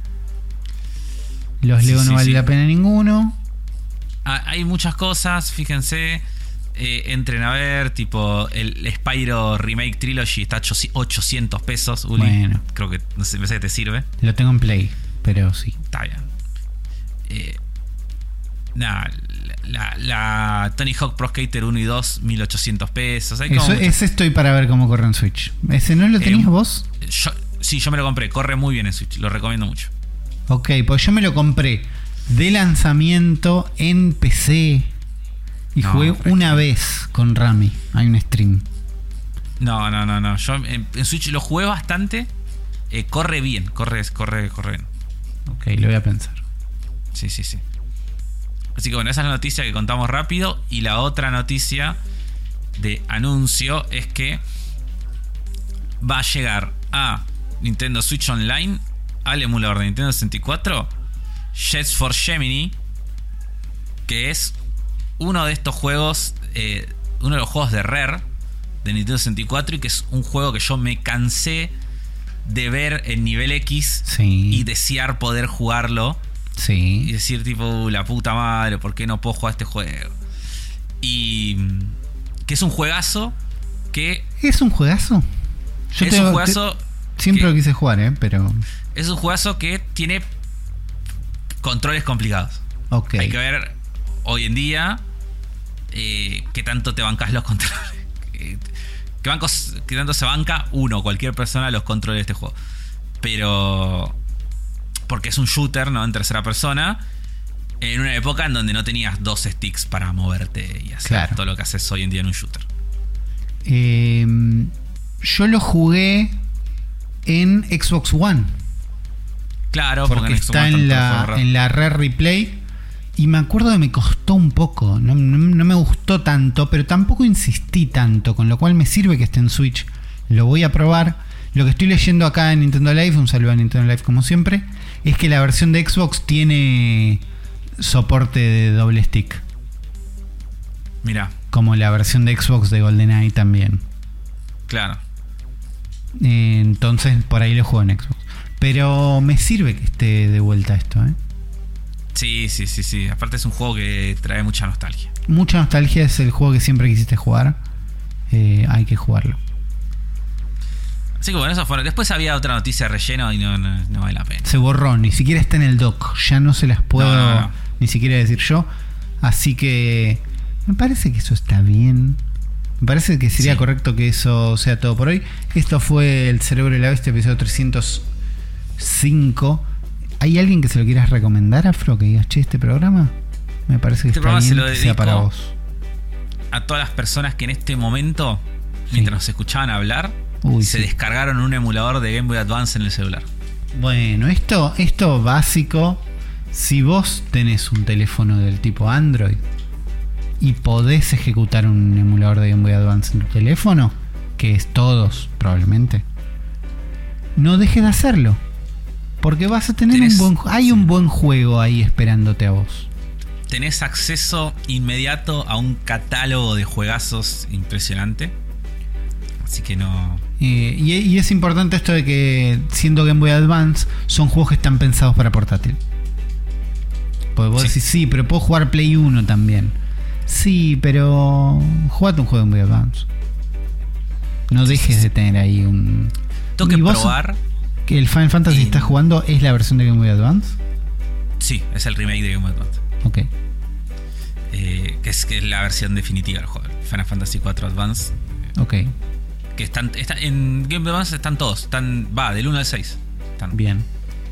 Los Lego no vale la pena ninguno. Hay muchas cosas, fíjense. Entren a ver, tipo el Spyro Remake Trilogy está a 800 pesos. Uli. Bueno, creo que no sé, me parece que te sirve. Lo tengo en Play, pero sí. Está bien. Nada, la Tony Hawk Pro Skater 1 y 2, 1.800 pesos. Ese estoy para ver cómo corre en Switch. ¿Ese no lo tenías vos? Yo me lo compré, corre muy bien en Switch, lo recomiendo mucho. Ok, pues yo me lo compré de lanzamiento en PC y jugué una vez con Rami. Hay un stream. No. Yo en Switch lo jugué bastante. Corre bien, corre bien. Ok, lo voy a pensar. Sí. Así que bueno, esa es la noticia que contamos rápido. Y la otra noticia de anuncio es que va a llegar a Nintendo Switch Online, al emulador de Nintendo 64, Jets for Gemini, que es uno de estos juegos, uno de los juegos de Rare de Nintendo 64, y que es un juego que yo me cansé de ver en nivel X y desear poder jugarlo. Sí. Y decir tipo, la puta madre, ¿por qué no puedo jugar este juego? Y que es un juegazo que... ¿Es un juegazo? Un juegazo siempre lo quise jugar, pero... Es un juegazo que tiene controles complicados. Ok. Hay que ver hoy en día qué tanto te bancas los controles. Qué tanto se banca cualquier persona los controles de este juego. Pero... porque es un shooter, ¿no? En tercera persona. En una época en donde no tenías 2 sticks para moverte y hacer todo lo que haces hoy en día en un shooter. Yo lo jugué en Xbox One. Claro, porque está en la Rare Replay. Y me acuerdo que me costó un poco. No me gustó tanto, pero tampoco insistí tanto. Con lo cual me sirve que esté en Switch. Lo voy a probar. Lo que estoy leyendo acá en Nintendo Live, un saludo a Nintendo Live como siempre, es que la versión de Xbox tiene soporte de doble stick. Mirá. Como la versión de Xbox de GoldenEye también. Claro. Entonces por ahí lo juego en Xbox. Pero me sirve que esté de vuelta esto, ¿eh? Sí. Aparte es un juego que trae mucha nostalgia. Mucha nostalgia, es el juego que siempre quisiste jugar. Hay que jugarlo. Así que bueno, eso fue. Después había otra noticia de relleno y no vale la pena. Se borró, ni siquiera está en el doc. Ya no se las puedo ni siquiera decir yo. Así que me parece que eso está bien. Me parece que sería correcto que eso sea todo por hoy. Esto fue El Cerebro de la Bestia, episodio 305. ¿Hay alguien que se lo quieras recomendar, Afro? Que digas, che, este programa me parece que está bien que sea para vos. a todas las personas que en este momento, mientras nos escuchaban hablar, se descargaron un emulador de Game Boy Advance en el celular. Bueno, esto básico. Si vos tenés un teléfono del tipo Android y podés ejecutar un emulador de Game Boy Advance en tu teléfono, que es todos probablemente, no dejes de hacerlo, porque vas a tener un buen juego ahí esperándote a vos. Tenés acceso inmediato a un catálogo de juegazos impresionante. Así que no... Y es importante esto de que, siendo Game Boy Advance, son juegos que están pensados para portátil. Porque vos decís, sí, pero puedo jugar Play 1 también. Sí, pero jugate un juego de Game Boy Advance. No dejes de tener ahí un... Tengo que probar... ¿Que el Final Fantasy que estás jugando es la versión de Game Boy Advance? Sí, es el remake de Game Boy Advance. Ok. Que es la versión definitiva del juego. Final Fantasy 4 Advance. Ok. Que están en Game Boy Advance están todos. Del 1 al 6. Bien.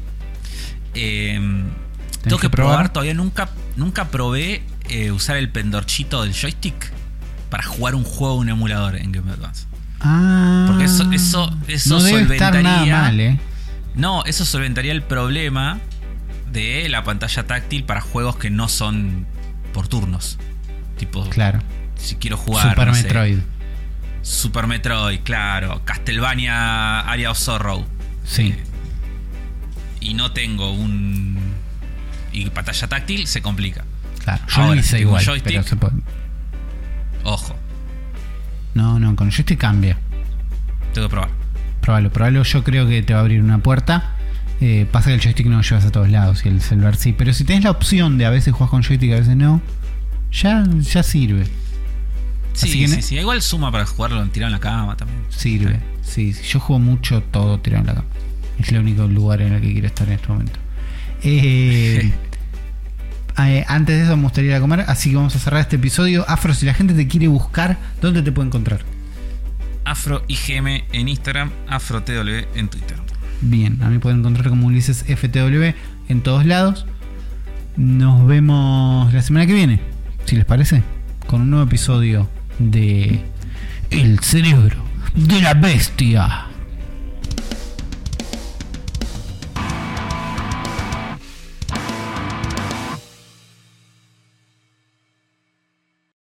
Tengo que probar. Todavía nunca probé usar el pendorchito del joystick para jugar un juego o un emulador en Game Boy Advance. Porque eso no debe solventaría estar nada mal, No, eso solventaría el problema de la pantalla táctil para juegos que no son por turnos. Tipo, claro. Si quiero jugar Super Metroid. Super Metroid, claro. Castlevania Area of Sorrow. Sí. Y no tengo y pantalla táctil, se complica. Claro, yo lo hice igual, pero se puede. Ojo. No, con el joystick cambia. Tengo que probar. Probalo. Yo creo que te va a abrir una puerta. Pasa que el joystick no lo llevas a todos lados y el celular sí. Pero si tenés la opción de a veces jugar con joystick y a veces no, ya sirve. Sí. Igual suma para jugarlo tirado en la cama también. Sirve. Sí. Yo juego mucho todo tirado en la cama. Es el único lugar en el que quiero estar en este momento. Antes de eso me gustaría ir a comer, así que vamos a cerrar este episodio. Afro, si la gente te quiere buscar, ¿dónde te puede encontrar? Afro IGM en Instagram, AfroTW en Twitter. Bien, a mí pueden encontrar como Ulises FTW en todos lados. Nos vemos la semana que viene, si les parece, con un nuevo episodio de El cerebro de la bestia.